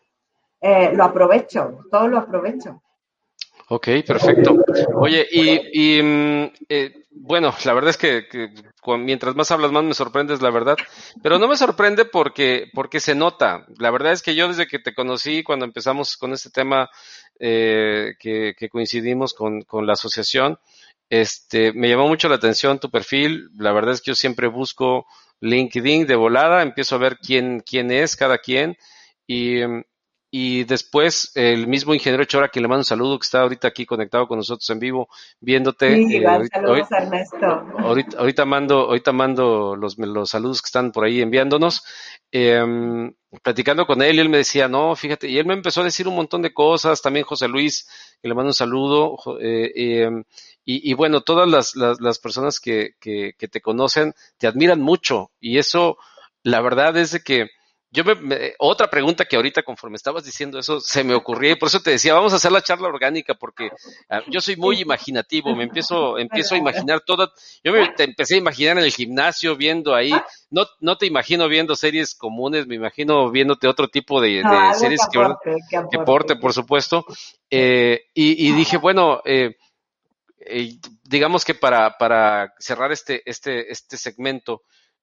B: eh, lo aprovecho, todo lo aprovecho.
A: Ok, perfecto. Oye, y, y mm, eh, bueno, la verdad es que, que cu- mientras más hablas, más me sorprendes, la verdad. Pero no me sorprende porque, porque se nota. La verdad es que yo desde que te conocí, cuando empezamos con este tema eh, que, que coincidimos con, con la asociación, este, me llamó mucho la atención tu perfil. La verdad es que yo siempre busco LinkedIn de volada, empiezo a ver quién, quién es cada quien. Y, mm, y después el mismo ingeniero Chora, que le mando un saludo, que está ahorita aquí conectado con nosotros en vivo, viéndote.
B: Sí,
A: Eh,
B: igual,
A: ahorita,
B: saludos a Ernesto.
A: ahorita, ahorita mando, ahorita mando los, los saludos que están por ahí enviándonos. Eh, platicando con él, y él me decía, no, fíjate, y él me empezó a decir un montón de cosas, también José Luis, que le mando un saludo, eh, eh, y, y bueno, todas las, las, las personas que, que, que te conocen te admiran mucho, y eso, la verdad es de que yo me, me, otra pregunta que ahorita conforme estabas diciendo eso se me ocurría y por eso te decía, vamos a hacer la charla orgánica porque uh, yo soy muy imaginativo, me empiezo, empiezo a imaginar todo, yo me te empecé a imaginar en el gimnasio viendo ahí, no, no te imagino viendo series comunes, me imagino viéndote otro tipo de,
B: No,
A: de
B: algo que
A: series que, ¿verdad?
B: aporte, que
A: Que
B: aporte.
A: porte, por supuesto, eh, y, y dije, bueno, eh, eh, digamos que para, para cerrar este, este, este segmento,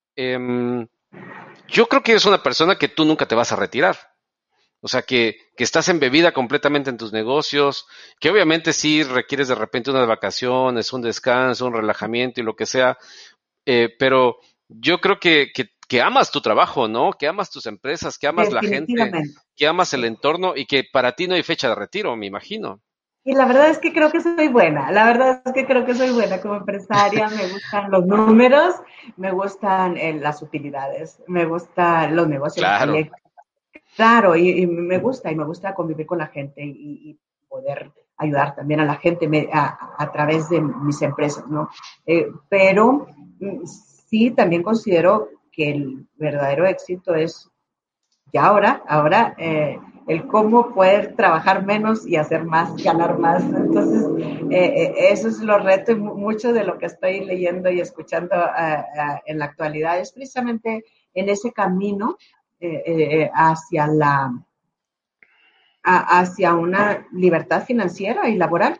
A: eh, yo creo que eres una persona que tú nunca te vas a retirar. O sea, que, que estás embebida completamente en tus negocios, que obviamente sí requieres de repente unas vacaciones, un descanso, un relajamiento y lo que sea, eh, pero yo creo que, que, que amas tu trabajo, ¿no? Que amas tus empresas, que amas la gente,
B: Definitivamente.
A: que amas el entorno y que para ti no hay fecha de retiro, me imagino.
B: Y la verdad es que creo que soy buena, la verdad es que creo que soy buena como empresaria, me gustan los números, me gustan eh, las utilidades, me gustan los negocios, los
A: Claro.
B: proyectos. Claro, y, y me gusta, y me gusta convivir con la gente y, y poder ayudar también a la gente me, a, a través de mis empresas, ¿no? Eh, pero sí, también considero que el verdadero éxito es Y ahora, ahora, eh, el cómo poder trabajar menos y hacer más, ganar más. Entonces, eh, eh, eso es lo reto y mucho de lo que estoy leyendo y escuchando uh, uh, en la actualidad es precisamente en ese camino eh, eh, hacia la a, hacia una libertad financiera y laboral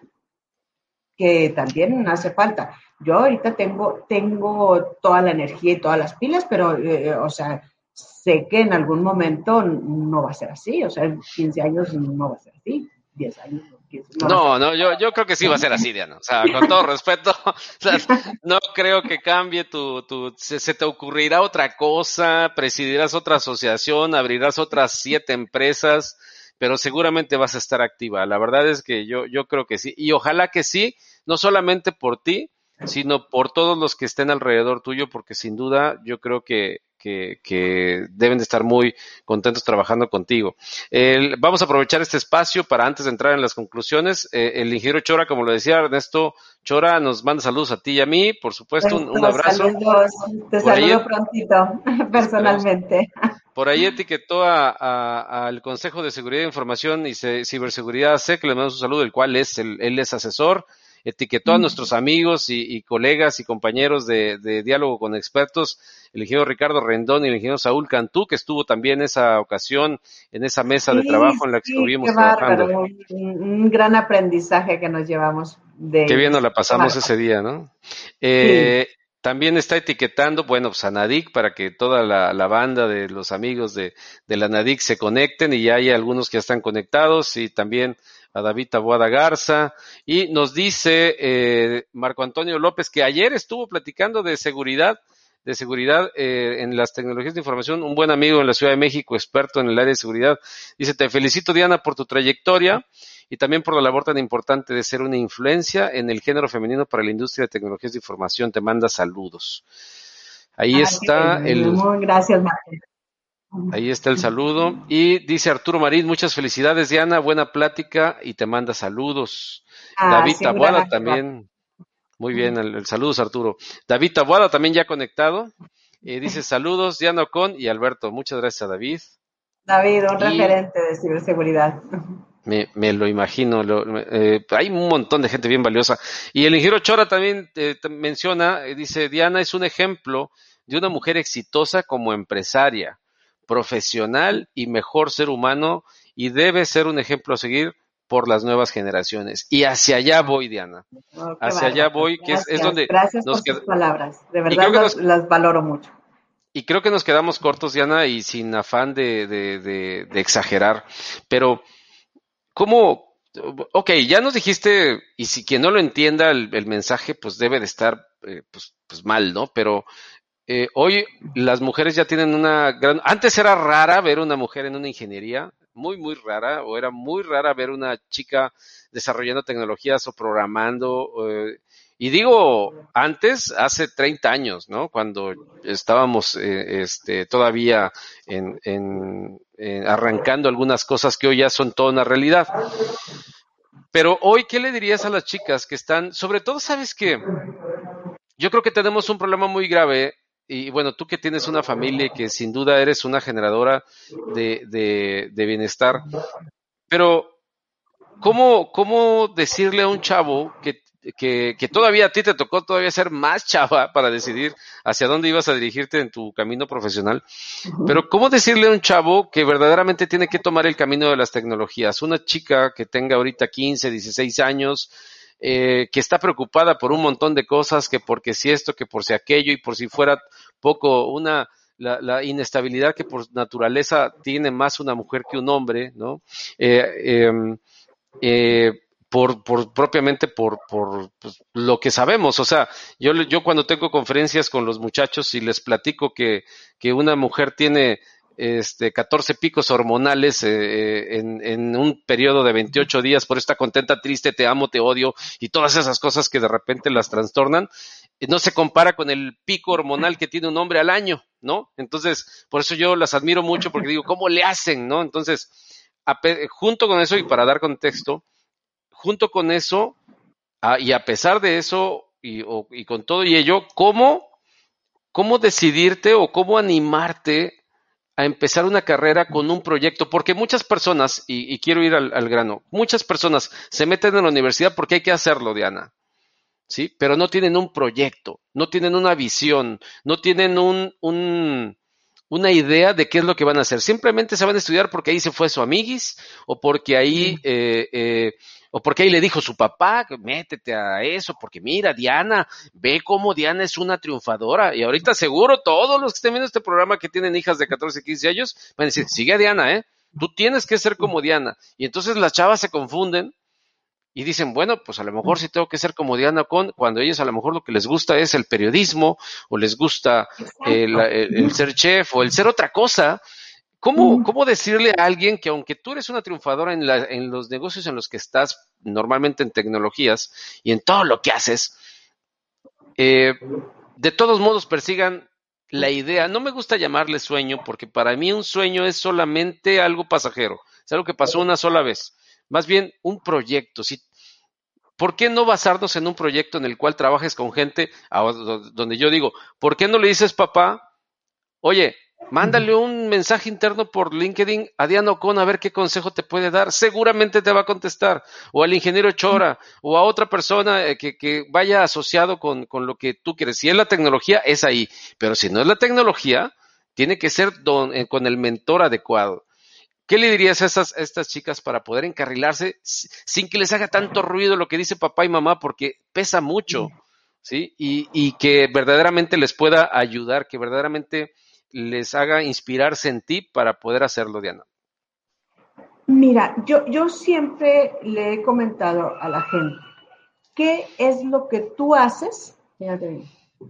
B: que también hace falta. Yo ahorita tengo, tengo toda la energía y todas las pilas, pero, eh, o sea, sé que en algún momento no va a ser así, o sea, en quince años no va a ser así, diez años, quince, no va a ser
A: No,
B: así.
A: no, yo, yo creo que sí va a ser así, Diana. O sea, con todo respeto, o sea, no creo que cambie tu, tu, se, se te ocurrirá otra cosa, presidirás otra asociación, abrirás otras siete empresas, pero seguramente vas a estar activa. La verdad es que yo, yo creo que sí. Y ojalá que sí, no solamente por ti, sino por todos los que estén alrededor tuyo, porque sin duda yo creo que, que, que deben de estar muy contentos trabajando contigo. El, vamos a aprovechar este espacio para antes de entrar en las conclusiones. Eh, el ingeniero Chora, como lo decía Ernesto Chora, nos manda saludos a ti y a mí, por supuesto, un, un abrazo.
B: Saludos, te
A: Por ahí,
B: saludo prontito,
A: esperemos.
B: personalmente.
A: Por ahí etiquetó a, a, al Consejo de Seguridad de Información y C- Ciberseguridad C, que le mandamos un saludo, el cual es, el, él es asesor. Etiquetó a nuestros amigos y, y colegas y compañeros de, de Diálogo con Expertos, el ingeniero Ricardo Rendón y el ingeniero Saúl Cantú, que estuvo también en esa ocasión, en esa mesa de
B: Sí,
A: trabajo en la que
B: sí, qué
A: estuvimos
B: bárbaro,
A: trabajando.
B: un, un gran aprendizaje que nos llevamos de
A: Qué bien nos
B: ellos.
A: la
B: Qué
A: pasamos
B: bárbaro.
A: ese día, ¿no?
B: Sí,
A: Eh, también está etiquetando, bueno, pues a Nadik para que toda la, la banda de los amigos de, de la Nadik se conecten y ya hay algunos que ya están conectados y también a David Taboada Garza. Y nos dice eh, Marco Antonio López que ayer estuvo platicando de seguridad, de seguridad eh, en las tecnologías de información, un buen amigo en la Ciudad de México, experto en el área de seguridad. Dice, te felicito Diana por tu trayectoria y también por la labor tan importante de ser una influencia en el género femenino para la industria de tecnologías de información. Te manda saludos. Ahí
B: ah, qué
A: está
B: bello.
A: el,
B: Muy gracias, Martín.
A: ahí está el saludo. Y dice Arturo Marín, muchas felicidades, Diana, buena plática y te manda saludos.
B: Ah,
A: David
B: sí, un gran
A: Taboada
B: abrazo.
A: también, muy bien, el, el saludos Arturo. David Taboada también ya conectado. Eh, dice saludos, Diana Ocon y Alberto. Muchas gracias a David.
B: David, un
A: Y
B: referente de ciberseguridad.
A: Me, me lo imagino, lo- eh, hay un montón de gente bien valiosa. Y el ingeniero Chora también eh, t- menciona, eh, dice, Diana es un ejemplo de una mujer exitosa como empresaria, profesional y mejor ser humano y debe ser un ejemplo a seguir por las nuevas generaciones. Y hacia allá voy, Diana,
B: Oh, qué
A: hacia allá
B: bárbaro.
A: voy, que es, es
B: Gracias,
A: donde
B: gracias
A: nos
B: por sus
A: queda,
B: palabras. De
A: y
B: verdad
A: creo que
B: las,
A: nos,
B: las valoro mucho.
A: y creo que nos quedamos cortos, Diana, y sin afán de, de, de, de exagerar, pero ¿cómo? Ok, ya nos dijiste, y si quien no lo entienda el, el mensaje, pues debe de estar eh, pues, pues mal, ¿no? Pero eh, hoy las mujeres ya tienen una gran... Antes era rara ver una mujer en una ingeniería, muy, muy rara, o era muy rara ver una chica desarrollando tecnologías o programando. Eh, y digo, antes, hace treinta años, ¿no? Cuando estábamos eh, este, todavía en, en, en arrancando algunas cosas que hoy ya son toda una realidad. Pero hoy, ¿qué le dirías a las chicas que están, sobre todo, sabes que yo creo que tenemos un problema muy grave y bueno, tú que tienes una familia y que sin duda eres una generadora de, de, de bienestar, pero ¿cómo, cómo decirle a un chavo que, que, que todavía a ti te tocó todavía ser más chava para decidir hacia dónde ibas a dirigirte en tu camino profesional? Pero ¿cómo decirle a un chavo que verdaderamente tiene que tomar el camino de las tecnologías? Una chica que tenga ahorita quince, dieciséis años, eh, que está preocupada por un montón de cosas, que porque si esto, que por si aquello y por si fuera poco una... La, la inestabilidad que por naturaleza tiene más una mujer que un hombre, ¿no? Eh, eh, eh, por, por propiamente por, por pues, lo que sabemos. O sea, yo, yo cuando tengo conferencias con los muchachos y les platico que, que una mujer tiene este catorce picos hormonales eh, en, en un periodo de veintiocho días, por estar contenta, triste, te amo, te odio y todas esas cosas que de repente las trastornan, no se compara con el pico hormonal que tiene un hombre al año, ¿no? Entonces, por eso yo las admiro mucho porque digo, ¿cómo le hacen, no? Entonces, a, junto con eso y para dar contexto, junto con eso, a, y a pesar de eso, y, o, y con todo y ello, ¿cómo, cómo decidirte o cómo animarte a empezar una carrera con un proyecto, porque muchas personas, y, y quiero ir al, al grano, muchas personas se meten en la universidad porque hay que hacerlo, Diana, ¿sí? Pero no tienen un proyecto, no tienen una visión, no tienen un, un, una idea de qué es lo que van a hacer. Simplemente se van a estudiar porque ahí se fue su amiguis, o porque ahí, eh, eh, o porque ahí le dijo su papá, métete a eso, porque mira, Diana, ve cómo Diana es una triunfadora, y ahorita seguro todos los que estén viendo este programa que tienen hijas de catorce, quince años, van a decir, sigue a Diana, ¿eh? Tú tienes que ser como Diana. Y entonces las chavas se confunden y dicen, bueno, pues a lo mejor sí tengo que ser como Diana Ocon, cuando ellos a lo mejor lo que les gusta es el periodismo, o les gusta el, el, el ser chef, o el ser otra cosa. ¿Cómo, ¿Cómo decirle a alguien que aunque tú eres una triunfadora en, la, en los negocios en los que estás, normalmente en tecnologías, y en todo lo que haces, eh, de todos modos persigan la idea? No me gusta llamarle sueño, porque para mí un sueño es solamente algo pasajero, es algo que pasó una sola vez. Más bien un proyecto. ¿Sí? ¿Por qué no basarnos en un proyecto en el cual trabajes con gente, donde yo digo, ¿por qué no le dices, papá, oye, mándale un mensaje interno por LinkedIn a Diana Ocon a ver qué consejo te puede dar? Seguramente te va a contestar. O al ingeniero Chora, o a otra persona que, que vaya asociado con, con lo que tú quieres. Si es la tecnología, es ahí. Pero si no es la tecnología, tiene que ser don, eh, con el mentor adecuado. ¿Qué le dirías a estas, a estas chicas para poder encarrilarse sin que les haga tanto ruido lo que dice papá y mamá? Porque pesa mucho, ¿sí? Y, y que verdaderamente les pueda ayudar, que verdaderamente les haga inspirarse en ti para poder hacerlo, Diana.
C: Mira, yo, yo siempre le he comentado a la gente, ¿qué es lo que tú haces? Fíjate bien.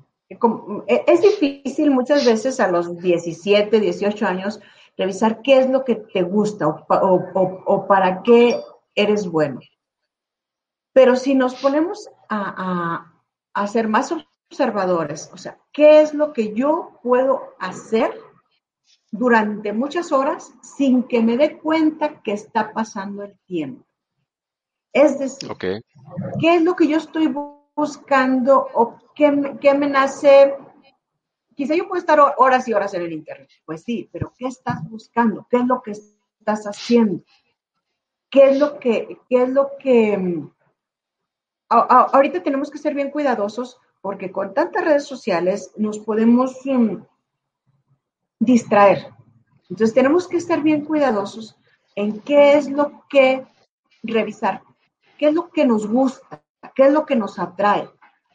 C: Es difícil muchas veces a los diecisiete, dieciocho años revisar qué es lo que te gusta o, o, o, o para qué eres bueno. Pero si nos ponemos a, a, a ser más observadores, o sea, ¿qué es lo que yo puedo hacer durante muchas horas sin que me dé cuenta que está pasando el tiempo? Es decir, okay. ¿Qué es lo que yo estoy buscando o qué me, qué me nace? Quizá yo puedo estar horas y horas en el internet. Pues sí, pero ¿qué estás buscando? ¿Qué es lo que estás haciendo? ¿Qué es lo que, qué es lo que... A, a, ahorita tenemos que ser bien cuidadosos porque con tantas redes sociales nos podemos um, distraer. Entonces tenemos que estar bien cuidadosos en qué es lo que revisar, qué es lo que nos gusta, qué es lo que nos atrae.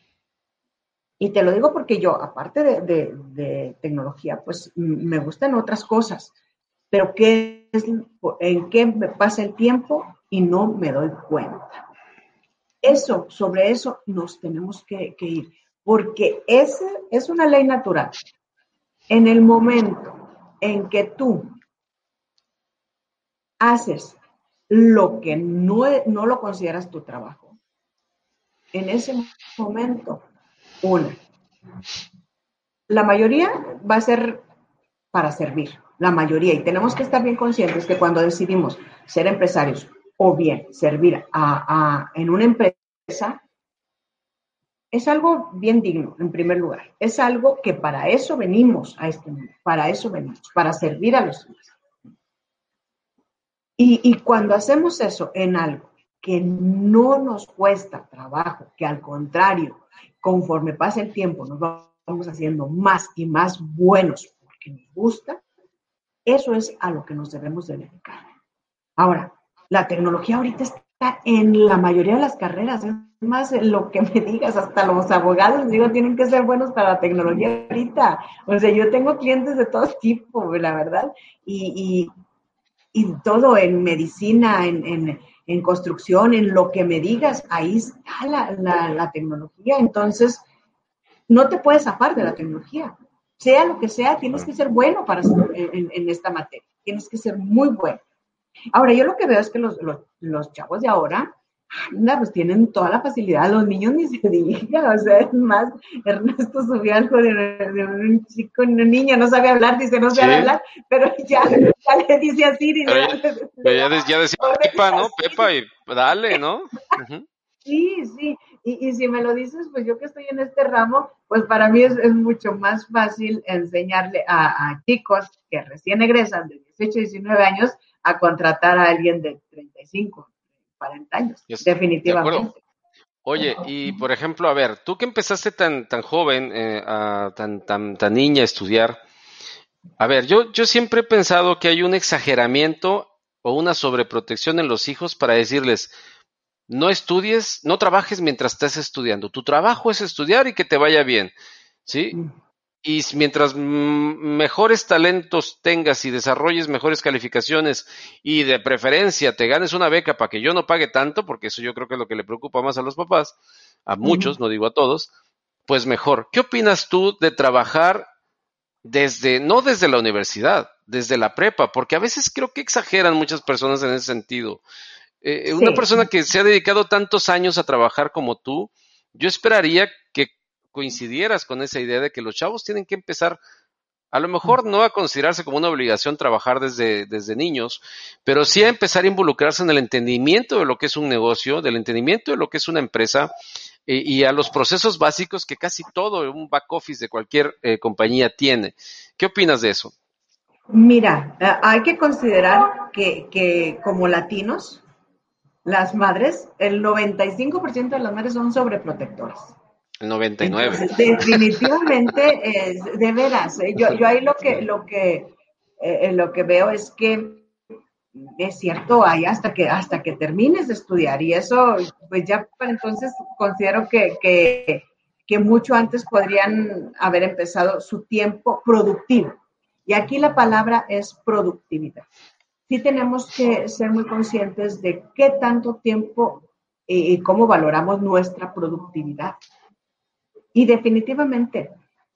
C: Y te lo digo porque yo, aparte de, de, de tecnología, pues me gustan otras cosas, pero qué es, en qué me pasa el tiempo y no me doy cuenta. Eso, sobre eso nos tenemos que, que ir, porque esa es una ley natural. En el momento en que tú haces lo que no, no lo consideras tu trabajo, en ese momento, una, la mayoría va a ser para servir, la mayoría, y tenemos que estar bien conscientes que cuando decidimos ser empresarios o bien servir a, a, en una empresa, es algo bien digno, en primer lugar. Es algo que para eso venimos a este mundo, para eso venimos, para servir a los demás. Y, y cuando hacemos eso en algo que no nos cuesta trabajo, que al contrario, conforme pasa el tiempo, nos vamos haciendo más y más buenos porque nos gusta, eso es a lo que nos debemos de dedicar. Ahora, la tecnología ahorita está en la mayoría de las carreras, es más lo que me digas, hasta los abogados, digo, tienen que ser buenos para la tecnología ahorita. O sea, yo tengo clientes de todo tipo, la verdad, y, y, y todo en medicina, en, en, en construcción, en lo que me digas, ahí está la, la, la tecnología. Entonces, no te puedes zafar de la tecnología. Sea lo que sea, tienes que ser bueno para en, en esta materia. Tienes que ser muy bueno. Ahora, yo lo que veo es que los, los, los chavos de ahora, anda, pues tienen toda la facilidad. Los niños ni se diga. O sea, es más, Ernesto subió algo de, de un chico, una niña, no sabe hablar, dice no sabe sí. hablar, pero ya, ya le dice a Siri.
A: Pero ya, le, pero ya, ya decía Pepa, ¿no? Pepa, y dale, ¿no? Uh-huh.
C: Sí, sí. Y, y si me lo dices, pues yo que estoy en este ramo, pues para mí es, es mucho más fácil enseñarle a, a chicos que recién egresan de dieciocho, diecinueve años a contratar a alguien de treinta y cinco, cuarenta años,
A: Yes, de acuerdo.
C: definitivamente.
A: Oye, y por ejemplo, a ver, tú que empezaste tan tan joven, eh, a- tan tan tan niña a estudiar, a ver, yo yo siempre he pensado que hay un exageramiento o una sobreprotección en los hijos para decirles, no estudies, no trabajes mientras estés estudiando. Tu trabajo es estudiar y que te vaya bien, ¿sí? Y s- mientras mm, mejores talentos tengas y desarrolles mejores calificaciones y de preferencia te ganes una beca para que yo no pague tanto, porque eso yo creo que es lo que le preocupa más a los papás, a muchos,
C: Ujú.
A: no digo a todos, pues mejor. ¿Qué opinas tú de trabajar desde, no desde la universidad, desde la prepa? Porque a veces creo que exageran muchas personas en ese sentido. Eh, una
C: Sí,
A: persona que se ha dedicado tantos años a trabajar como tú, yo esperaría que coincidieras con esa idea de que los chavos tienen que empezar, a lo mejor no a considerarse como una obligación trabajar desde, desde niños, pero sí a empezar a involucrarse en el entendimiento de lo que es un negocio, del entendimiento de lo que es una empresa, eh, y a los procesos básicos que casi todo un back office de cualquier eh, compañía tiene. ¿Qué opinas de eso?
C: mira, eh, hay que considerar que, que como latinos, las madres, el noventa y cinco por ciento de las madres son sobreprotectoras.
A: El noventa y nueve.
C: Entonces, definitivamente, es, de veras, ¿eh? yo, yo ahí lo que, lo que, eh, lo que veo es que es cierto, hay hasta que, hasta que termines de estudiar y eso, pues ya para entonces considero que, que, que mucho antes podrían haber empezado su tiempo productivo. Y aquí la palabra es productividad. Sí tenemos que ser muy conscientes de qué tanto tiempo y eh, cómo valoramos nuestra productividad. Y definitivamente,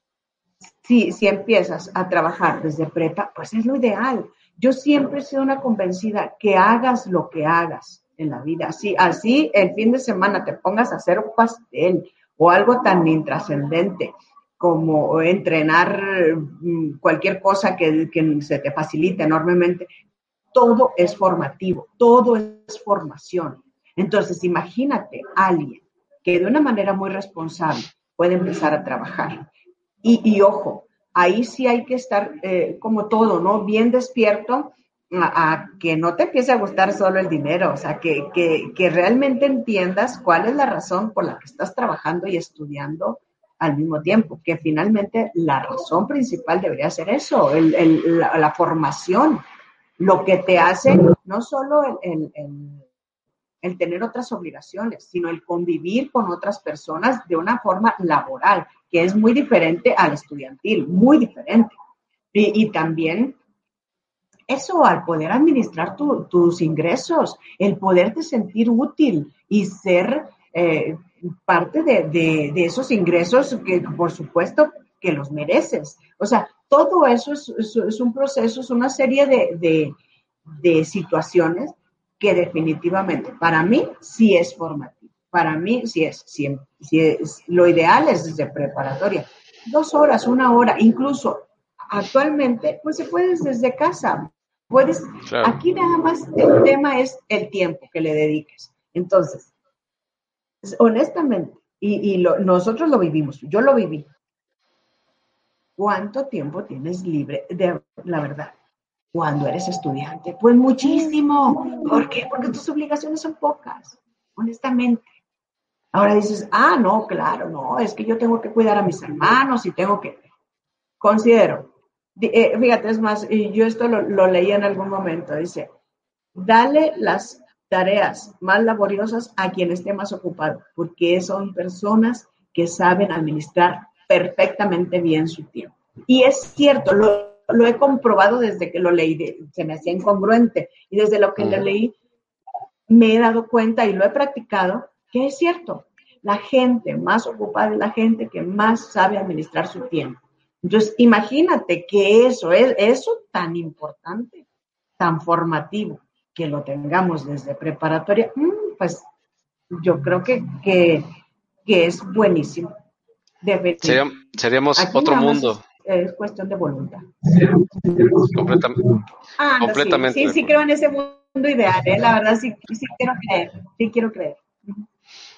C: si, si empiezas a trabajar desde prepa, pues es lo ideal. Yo siempre he sido una convencida que hagas lo que hagas en la vida. Así, así el fin de semana te pongas a hacer un pastel o algo tan intrascendente como entrenar mm, cualquier cosa que, que se te facilite enormemente. Todo es formativo, todo es formación. Entonces, imagínate a alguien que de una manera muy responsable puede empezar a trabajar. Y, y ojo, ahí sí hay que estar eh, como todo, ¿no? Bien despierto a, a, que no te empiece a gustar solo el dinero, o sea, que, que, que realmente entiendas cuál es la razón por la que estás trabajando y estudiando al mismo tiempo, que finalmente la razón principal debería ser eso, el, el, la, la formación, lo que te hace no solo el, el, el, el tener otras obligaciones, sino el convivir con otras personas de una forma laboral, que es muy diferente al estudiantil, muy diferente. Y, y también eso, al poder administrar tu, tus ingresos, el poderte sentir útil y ser eh, parte de, de, de, esos ingresos que, por supuesto, que los mereces. O sea, todo eso es, es, es un proceso, es una serie de, de, de situaciones que definitivamente, para mí, sí es formativo. Para mí, sí es, sí, sí es, lo ideal es desde preparatoria. Dos horas, una hora, incluso actualmente, pues se puede desde casa. Puedes,
A: Claro.
C: aquí nada más el tema es el tiempo que le dediques. Entonces, honestamente, y, y lo, nosotros lo vivimos, yo lo viví. ¿Cuánto tiempo tienes libre? De la verdad, cuando eres estudiante, pues muchísimo. ¿Por qué? Porque tus obligaciones son pocas, honestamente. Ahora dices, ah, no, claro, no, es que yo tengo que cuidar a mis hermanos y tengo que, considero, eh, fíjate, es más, y yo esto lo, lo leí en algún momento, dice, dale las tareas más laboriosas a quien esté más ocupado, porque son personas que saben administrar perfectamente bien su tiempo. Y es cierto, lo, lo he comprobado desde que lo leí, de, se me hacía incongruente, y desde lo que uh-huh. lo leí me he dado cuenta y lo he practicado, que es cierto, la gente más ocupada es la gente que más sabe administrar su tiempo. Entonces, imagínate que eso es eso tan importante, tan formativo, que lo tengamos desde preparatoria, pues yo creo que, que, que es buenísimo.
A: Sería, seríamos
C: Aquí
A: otro mundo.
C: Es, es cuestión de voluntad.
A: Completam
C: ah, no,
A: completamente.
C: Sí, sí, sí creo en ese mundo ideal, ¿eh? La verdad sí, sí quiero creer, sí quiero creer.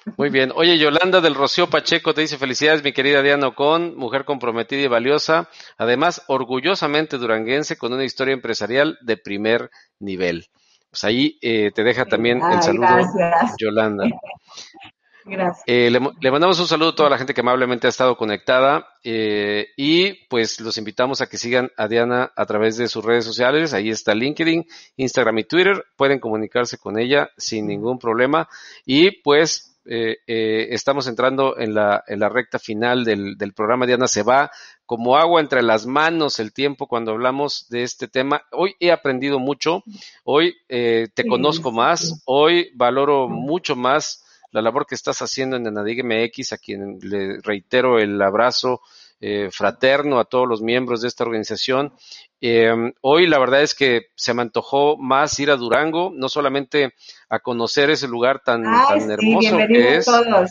A: Muy bien. Oye, Yolanda del Rocío Pacheco te dice felicidades, mi querida Diana Ocon, mujer comprometida y valiosa, además orgullosamente duranguense con una historia empresarial de primer nivel. Pues ahí eh, te deja también el
B: Ay,
A: saludo,
B: gracias.
A: Yolanda.
B: Gracias.
A: Eh, le, le mandamos un saludo a toda la gente que amablemente ha estado conectada eh, y pues los invitamos a que sigan a Diana a través de sus redes sociales. Ahí está LinkedIn, Instagram y Twitter. Pueden comunicarse con ella sin ningún problema y pues eh, eh, estamos entrando en la, en la recta final del, del programa. Diana, se va como agua entre las manos el tiempo cuando hablamos de este tema. Hoy he aprendido mucho, hoy eh, te
B: Sí,
A: conozco
B: sí.
A: más, hoy valoro mucho más la labor que estás haciendo en Enadig M X, a quien le reitero el abrazo eh, fraterno a todos los miembros de esta organización. Eh, hoy la verdad es que se me antojó más ir a Durango, no solamente a conocer ese lugar tan,
B: Ay,
A: tan
B: sí,
A: hermoso que
B: bienvenidos
A: es,
B: todos.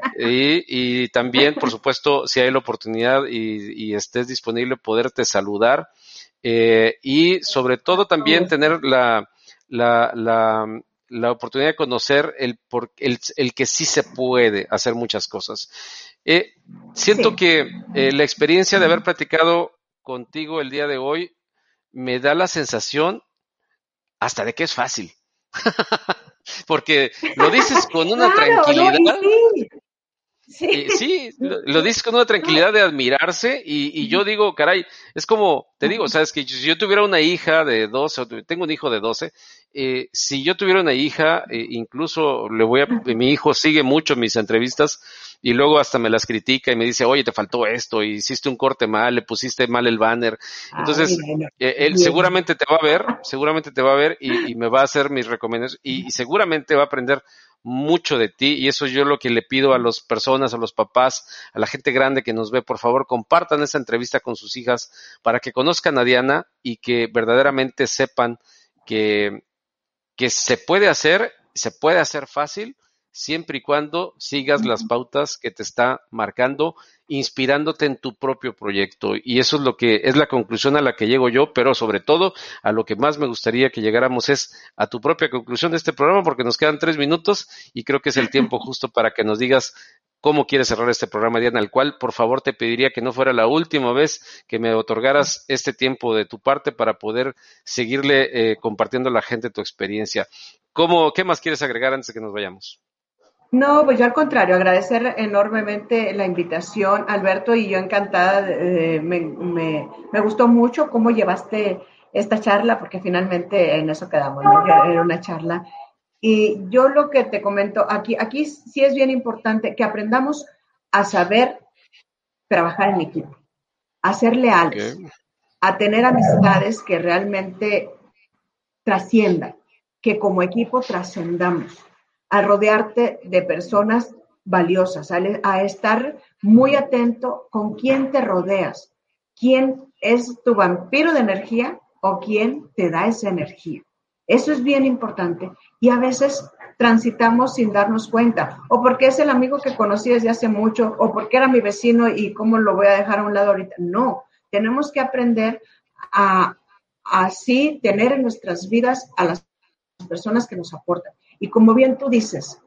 A: y, y también, por supuesto, si hay la oportunidad y, y estés disponible, poderte saludar. Eh, y sobre todo
B: Con
A: también
B: gusto.
A: tener la, la, la, la oportunidad de conocer el, por, el, el que sí se puede hacer muchas cosas. Eh, siento
B: Sí.
A: que eh, la experiencia de haber platicado contigo el día de hoy me da la sensación hasta de que es fácil, porque lo dices con una
B: Claro, ¿no?
A: tranquilidad.
B: Y sí, sí.
A: Eh, sí, lo, lo dices con una
B: No,
A: tranquilidad de admirarse y, y yo digo, caray, es como, te digo, sabes que si yo tuviera una hija de doce, o tu- tengo un hijo de doce, eh, si yo tuviera una hija, eh, incluso le voy a, mi hijo sigue mucho mis entrevistas y luego hasta me las critica y me dice, oye, te faltó esto, y hiciste un corte mal, le pusiste mal el banner.
B: ah,
A: Entonces,
B: mira,
A: eh, él
B: bien.
A: seguramente te va a ver, seguramente te va a ver y, y me va a hacer mis recomendaciones y, y seguramente va a aprender mucho de ti y eso yo lo que le pido a las personas, a los papás, a la gente grande que nos ve, por favor, compartan esta entrevista con sus hijas para que conozcan a Diana y que verdaderamente sepan que, que se puede hacer, se puede hacer fácil, siempre y cuando sigas las pautas que te está marcando, inspirándote en tu propio proyecto. Y eso es lo que es la conclusión a la que llego yo, pero sobre todo a lo que más me gustaría que llegáramos es a tu propia conclusión de este programa, porque nos quedan tres minutos y creo que es el tiempo justo para que nos digas cómo quieres cerrar este programa, Diana, al cual por favor te pediría que no fuera la última vez que me otorgaras este tiempo de tu parte para poder seguirle eh, compartiendo a la gente tu experiencia. ¿Cómo, qué más quieres agregar antes de que nos vayamos?
B: No, pues yo al contrario, agradecer enormemente la invitación, Alberto, y yo encantada, eh, me, me, me gustó mucho cómo llevaste esta charla, porque finalmente en eso quedamos, ¿no? Era una charla. Y yo lo que te comento, aquí, aquí sí es bien importante que aprendamos a saber trabajar en equipo, a ser
A: Okay.
B: leales, a tener amistades que realmente trasciendan, que como equipo trascendamos, a rodearte de personas valiosas, a, a estar muy atento con quién te rodeas, quién es tu vampiro de energía o quién te da esa energía. Eso es bien importante y a veces transitamos sin darnos cuenta, o porque es el amigo que conocí desde hace mucho, o porque era mi vecino y cómo lo voy a dejar a un lado ahorita. No, tenemos que aprender a así tener en nuestras vidas a las personas que nos aportan. Y como bien tú dices,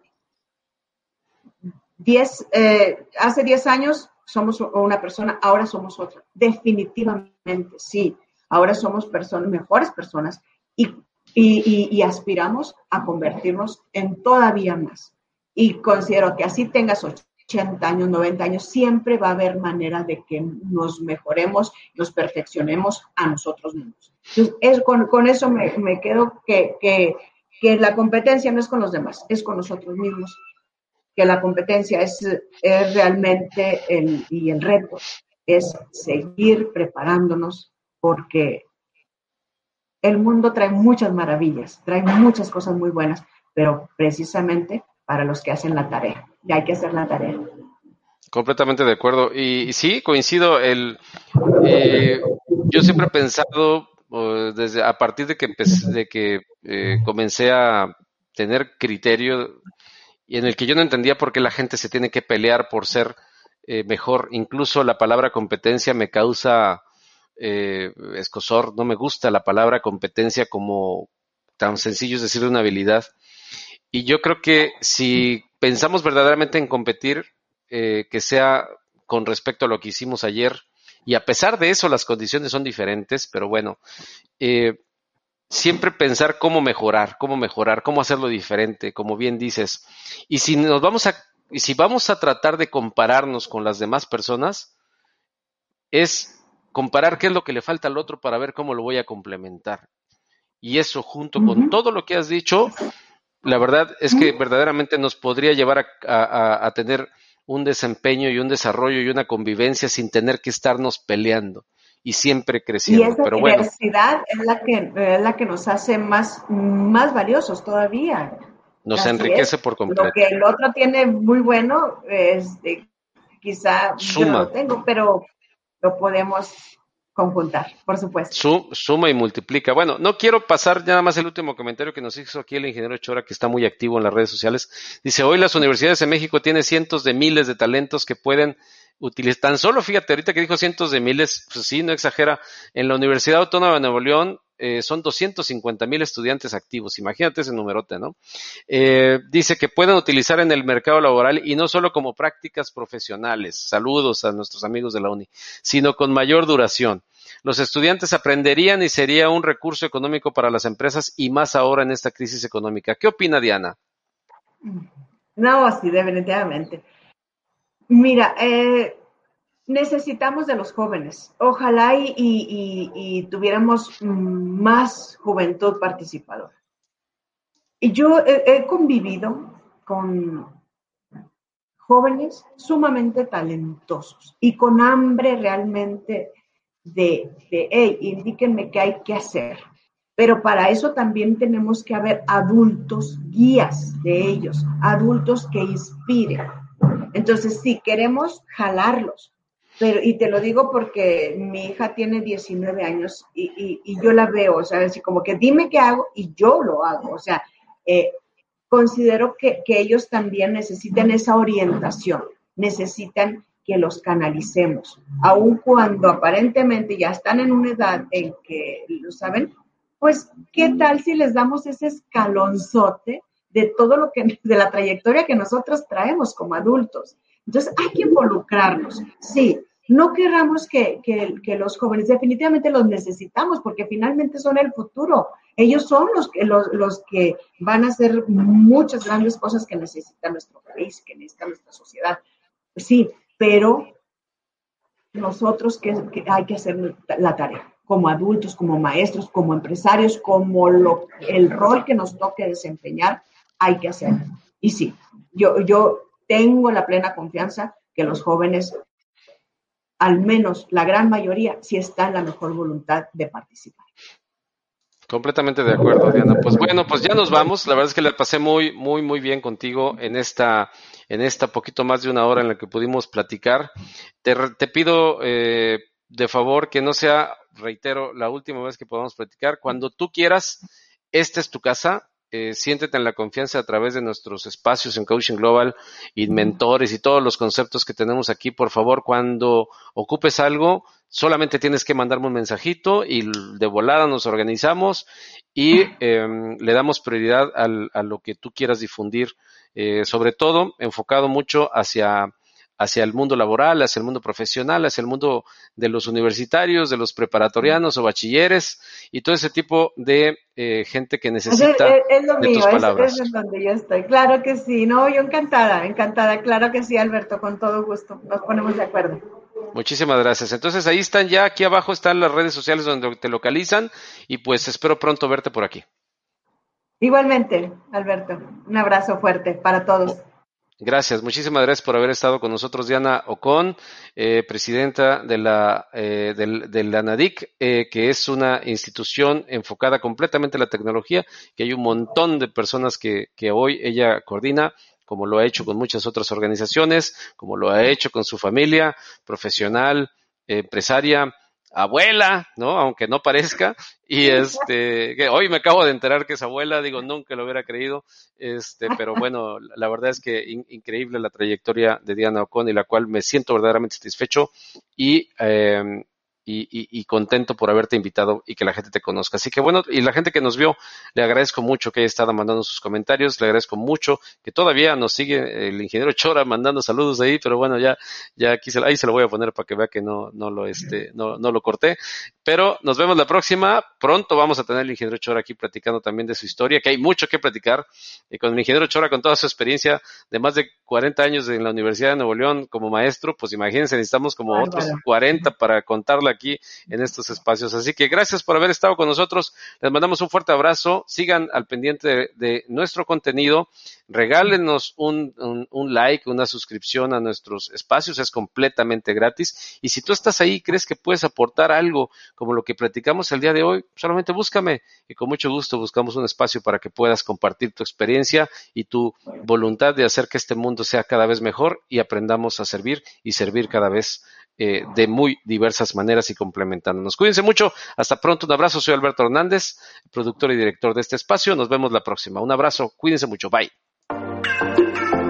B: diez, eh, hace diez años somos una persona, ahora somos otra. Definitivamente, sí. Ahora somos personas, mejores personas y, y, y, y aspiramos a convertirnos en todavía más. Y considero que así tengas ochenta años, noventa años, siempre va a haber manera de que nos mejoremos, nos perfeccionemos a nosotros mismos. Entonces, es, con, con eso me, me quedo que, que, que la competencia no es con los demás, es con nosotros mismos, que la competencia es, es realmente el, y el reto es seguir preparándonos porque el mundo trae muchas maravillas, trae muchas cosas muy buenas, pero precisamente para los que hacen la tarea. Y hay que hacer la tarea.
A: Completamente de acuerdo. Y, y sí, coincido. El, eh, yo siempre he pensado, uh, desde a partir de que empecé, de que eh, comencé a tener criterio y en el que yo no entendía por qué la gente se tiene que pelear por ser eh, mejor. Incluso la palabra competencia me causa eh, escozor. No me gusta la palabra competencia como tan sencillo es decir una habilidad. Y yo creo que si pensamos verdaderamente en competir, eh, que sea con respecto a lo que hicimos ayer, y a pesar de eso las condiciones son diferentes, pero bueno, eh, siempre pensar cómo mejorar, cómo mejorar, cómo hacerlo diferente, como bien dices. Y si nos vamos a, y si vamos a tratar de compararnos con las demás personas, es comparar qué es lo que le falta al otro para ver cómo lo voy a complementar. Y eso junto uh-huh. con todo lo que has dicho, la verdad es que uh-huh. verdaderamente nos podría llevar a, a, a tener un desempeño y un desarrollo y una convivencia sin tener que estarnos peleando y siempre creciendo.
B: Y esa
A: Pero
B: diversidad
A: bueno,
B: es la que es la que nos hace más, más valiosos todavía.
A: Nos
B: Así
A: enriquece
B: es.
A: por completo.
B: Lo que el otro tiene muy bueno, es, eh, quizá
A: Suma.
B: yo no lo tengo, pero lo podemos conjuntar, por supuesto.
A: Sum, suma y multiplica. Bueno, no quiero pasar nada más el último comentario que nos hizo aquí el ingeniero Chora, que está muy activo en las redes sociales. Dice, hoy las universidades en México tienen cientos de miles de talentos que pueden utilizar. Tan solo, fíjate, ahorita que dijo cientos de miles, pues sí, no exagera. En la Universidad Autónoma de Nuevo León eh, son doscientos cincuenta mil estudiantes activos. Imagínate ese numerote, ¿no? Eh, dice que pueden utilizar en el mercado laboral y no solo como prácticas profesionales. Saludos a nuestros amigos de la uni, sino con mayor duración. Los estudiantes aprenderían y sería un recurso económico para las empresas y más ahora en esta crisis económica. ¿Qué opina Diana?
B: No, sí, definitivamente. Mira, eh, necesitamos de los jóvenes. Ojalá y, y, y, y tuviéramos más juventud participadora. Y yo he, he convivido con jóvenes sumamente talentosos y con hambre realmente de, de hey, indíquenme qué hay que hacer. Pero para eso también tenemos que haber adultos guías de ellos, adultos que inspiren. Entonces, sí, queremos jalarlos. Pero, y te lo digo porque mi hija tiene diecinueve años y, y, y yo la veo, o sea, así como que dime qué hago y yo lo hago. O sea, eh, considero que, que ellos también necesitan esa orientación, necesitan que los canalicemos, aun cuando aparentemente ya están en una edad en que lo saben, pues, ¿qué tal si les damos ese escalonzote de todo lo que, de la trayectoria que nosotros traemos como adultos? Entonces, hay que involucrarnos, sí. No querramos que, que, que los jóvenes, definitivamente los necesitamos porque finalmente son el futuro. Ellos son los que, los, los que van a hacer muchas grandes cosas que necesita nuestro país, que necesita nuestra sociedad. Sí, pero nosotros que, que hay que hacer la tarea, como adultos, como maestros, como empresarios, como lo, el rol que nos toque desempeñar, hay que hacerlo. Y sí, yo, yo tengo la plena confianza que los jóvenes, al menos la gran mayoría, sí está en la mejor voluntad de participar.
A: Completamente de acuerdo, Diana. Pues bueno, pues ya nos vamos. La verdad es que la pasé muy, muy, muy bien contigo en esta, en esta poquito más de una hora en la que pudimos platicar. Te, te pido eh, de favor que no sea, reitero, la última vez que podamos platicar. Cuando tú quieras, esta es tu casa. Eh, siéntete en la confianza a través de nuestros espacios en Coaching Global y mentores y todos los conceptos que tenemos aquí. Por favor, cuando ocupes algo, solamente tienes que mandarme un mensajito y de volada nos organizamos y eh, le damos prioridad al, a lo que tú quieras difundir, eh, sobre todo enfocado mucho hacia, hacia el mundo laboral, hacia el mundo profesional, hacia el mundo de los universitarios, de los preparatorianos o bachilleres y todo ese tipo de eh, gente que necesita
B: es, es lo
A: de
B: mío,
A: tus palabras.
B: Es, es donde yo estoy. Claro que sí. No, yo encantada, encantada. Claro que sí, Alberto, con todo gusto. Nos ponemos de acuerdo.
A: Muchísimas gracias. Entonces ahí están ya, aquí abajo están las redes sociales donde te localizan y pues espero pronto verte por aquí.
B: Igualmente, Alberto. Un abrazo fuerte para todos.
A: Gracias, muchísimas gracias por haber estado con nosotros, Diana Ocón, eh, presidenta de la, eh, del, de la NADIC, eh, que es una institución enfocada completamente en la tecnología, que hay un montón de personas que, que hoy ella coordina, como lo ha hecho con muchas otras organizaciones, como lo ha hecho con su familia profesional, eh, empresaria, abuela, ¿no? Aunque no parezca, y este, que hoy me acabo de enterar que es abuela, digo, nunca lo hubiera creído, este, pero bueno, la verdad es que in, increíble la trayectoria de Diana Ocón, y la cual me siento verdaderamente satisfecho, y eh, Y, y, y contento por haberte invitado y que la gente te conozca. Así que bueno, y la gente que nos vio, le agradezco mucho que haya estado mandando sus comentarios, le agradezco mucho que todavía nos sigue el ingeniero Chora mandando saludos ahí, pero bueno, ya, ya aquí se, ahí se lo voy a poner para que vea que no, no lo, este, no, no lo corté. Pero nos vemos la próxima. Pronto vamos a tener el ingeniero Chora aquí platicando también de su historia, que hay mucho que platicar. Y con el ingeniero Chora, con toda su experiencia de más de cuarenta años en la Universidad de Nuevo León como maestro, pues imagínense, necesitamos como
C: Bárbaro.
A: otros cuarenta para contarla aquí en estos espacios. Así que gracias por haber estado con nosotros. Les mandamos un fuerte abrazo. Sigan al pendiente de, de nuestro contenido. Regálenos un, un, un like, una suscripción a nuestros espacios. Es completamente gratis. Y si tú estás ahí y crees que puedes aportar algo como lo que platicamos el día de hoy, solamente búscame y con mucho gusto buscamos un espacio para que puedas compartir tu experiencia y tu voluntad de hacer que este mundo sea cada vez mejor y aprendamos a servir y servir cada vez Eh, de muy diversas maneras y complementándonos. Cuídense mucho, hasta pronto, un abrazo, soy Alberto Hernández, productor y director de este espacio, nos vemos la próxima, un abrazo, cuídense mucho, bye.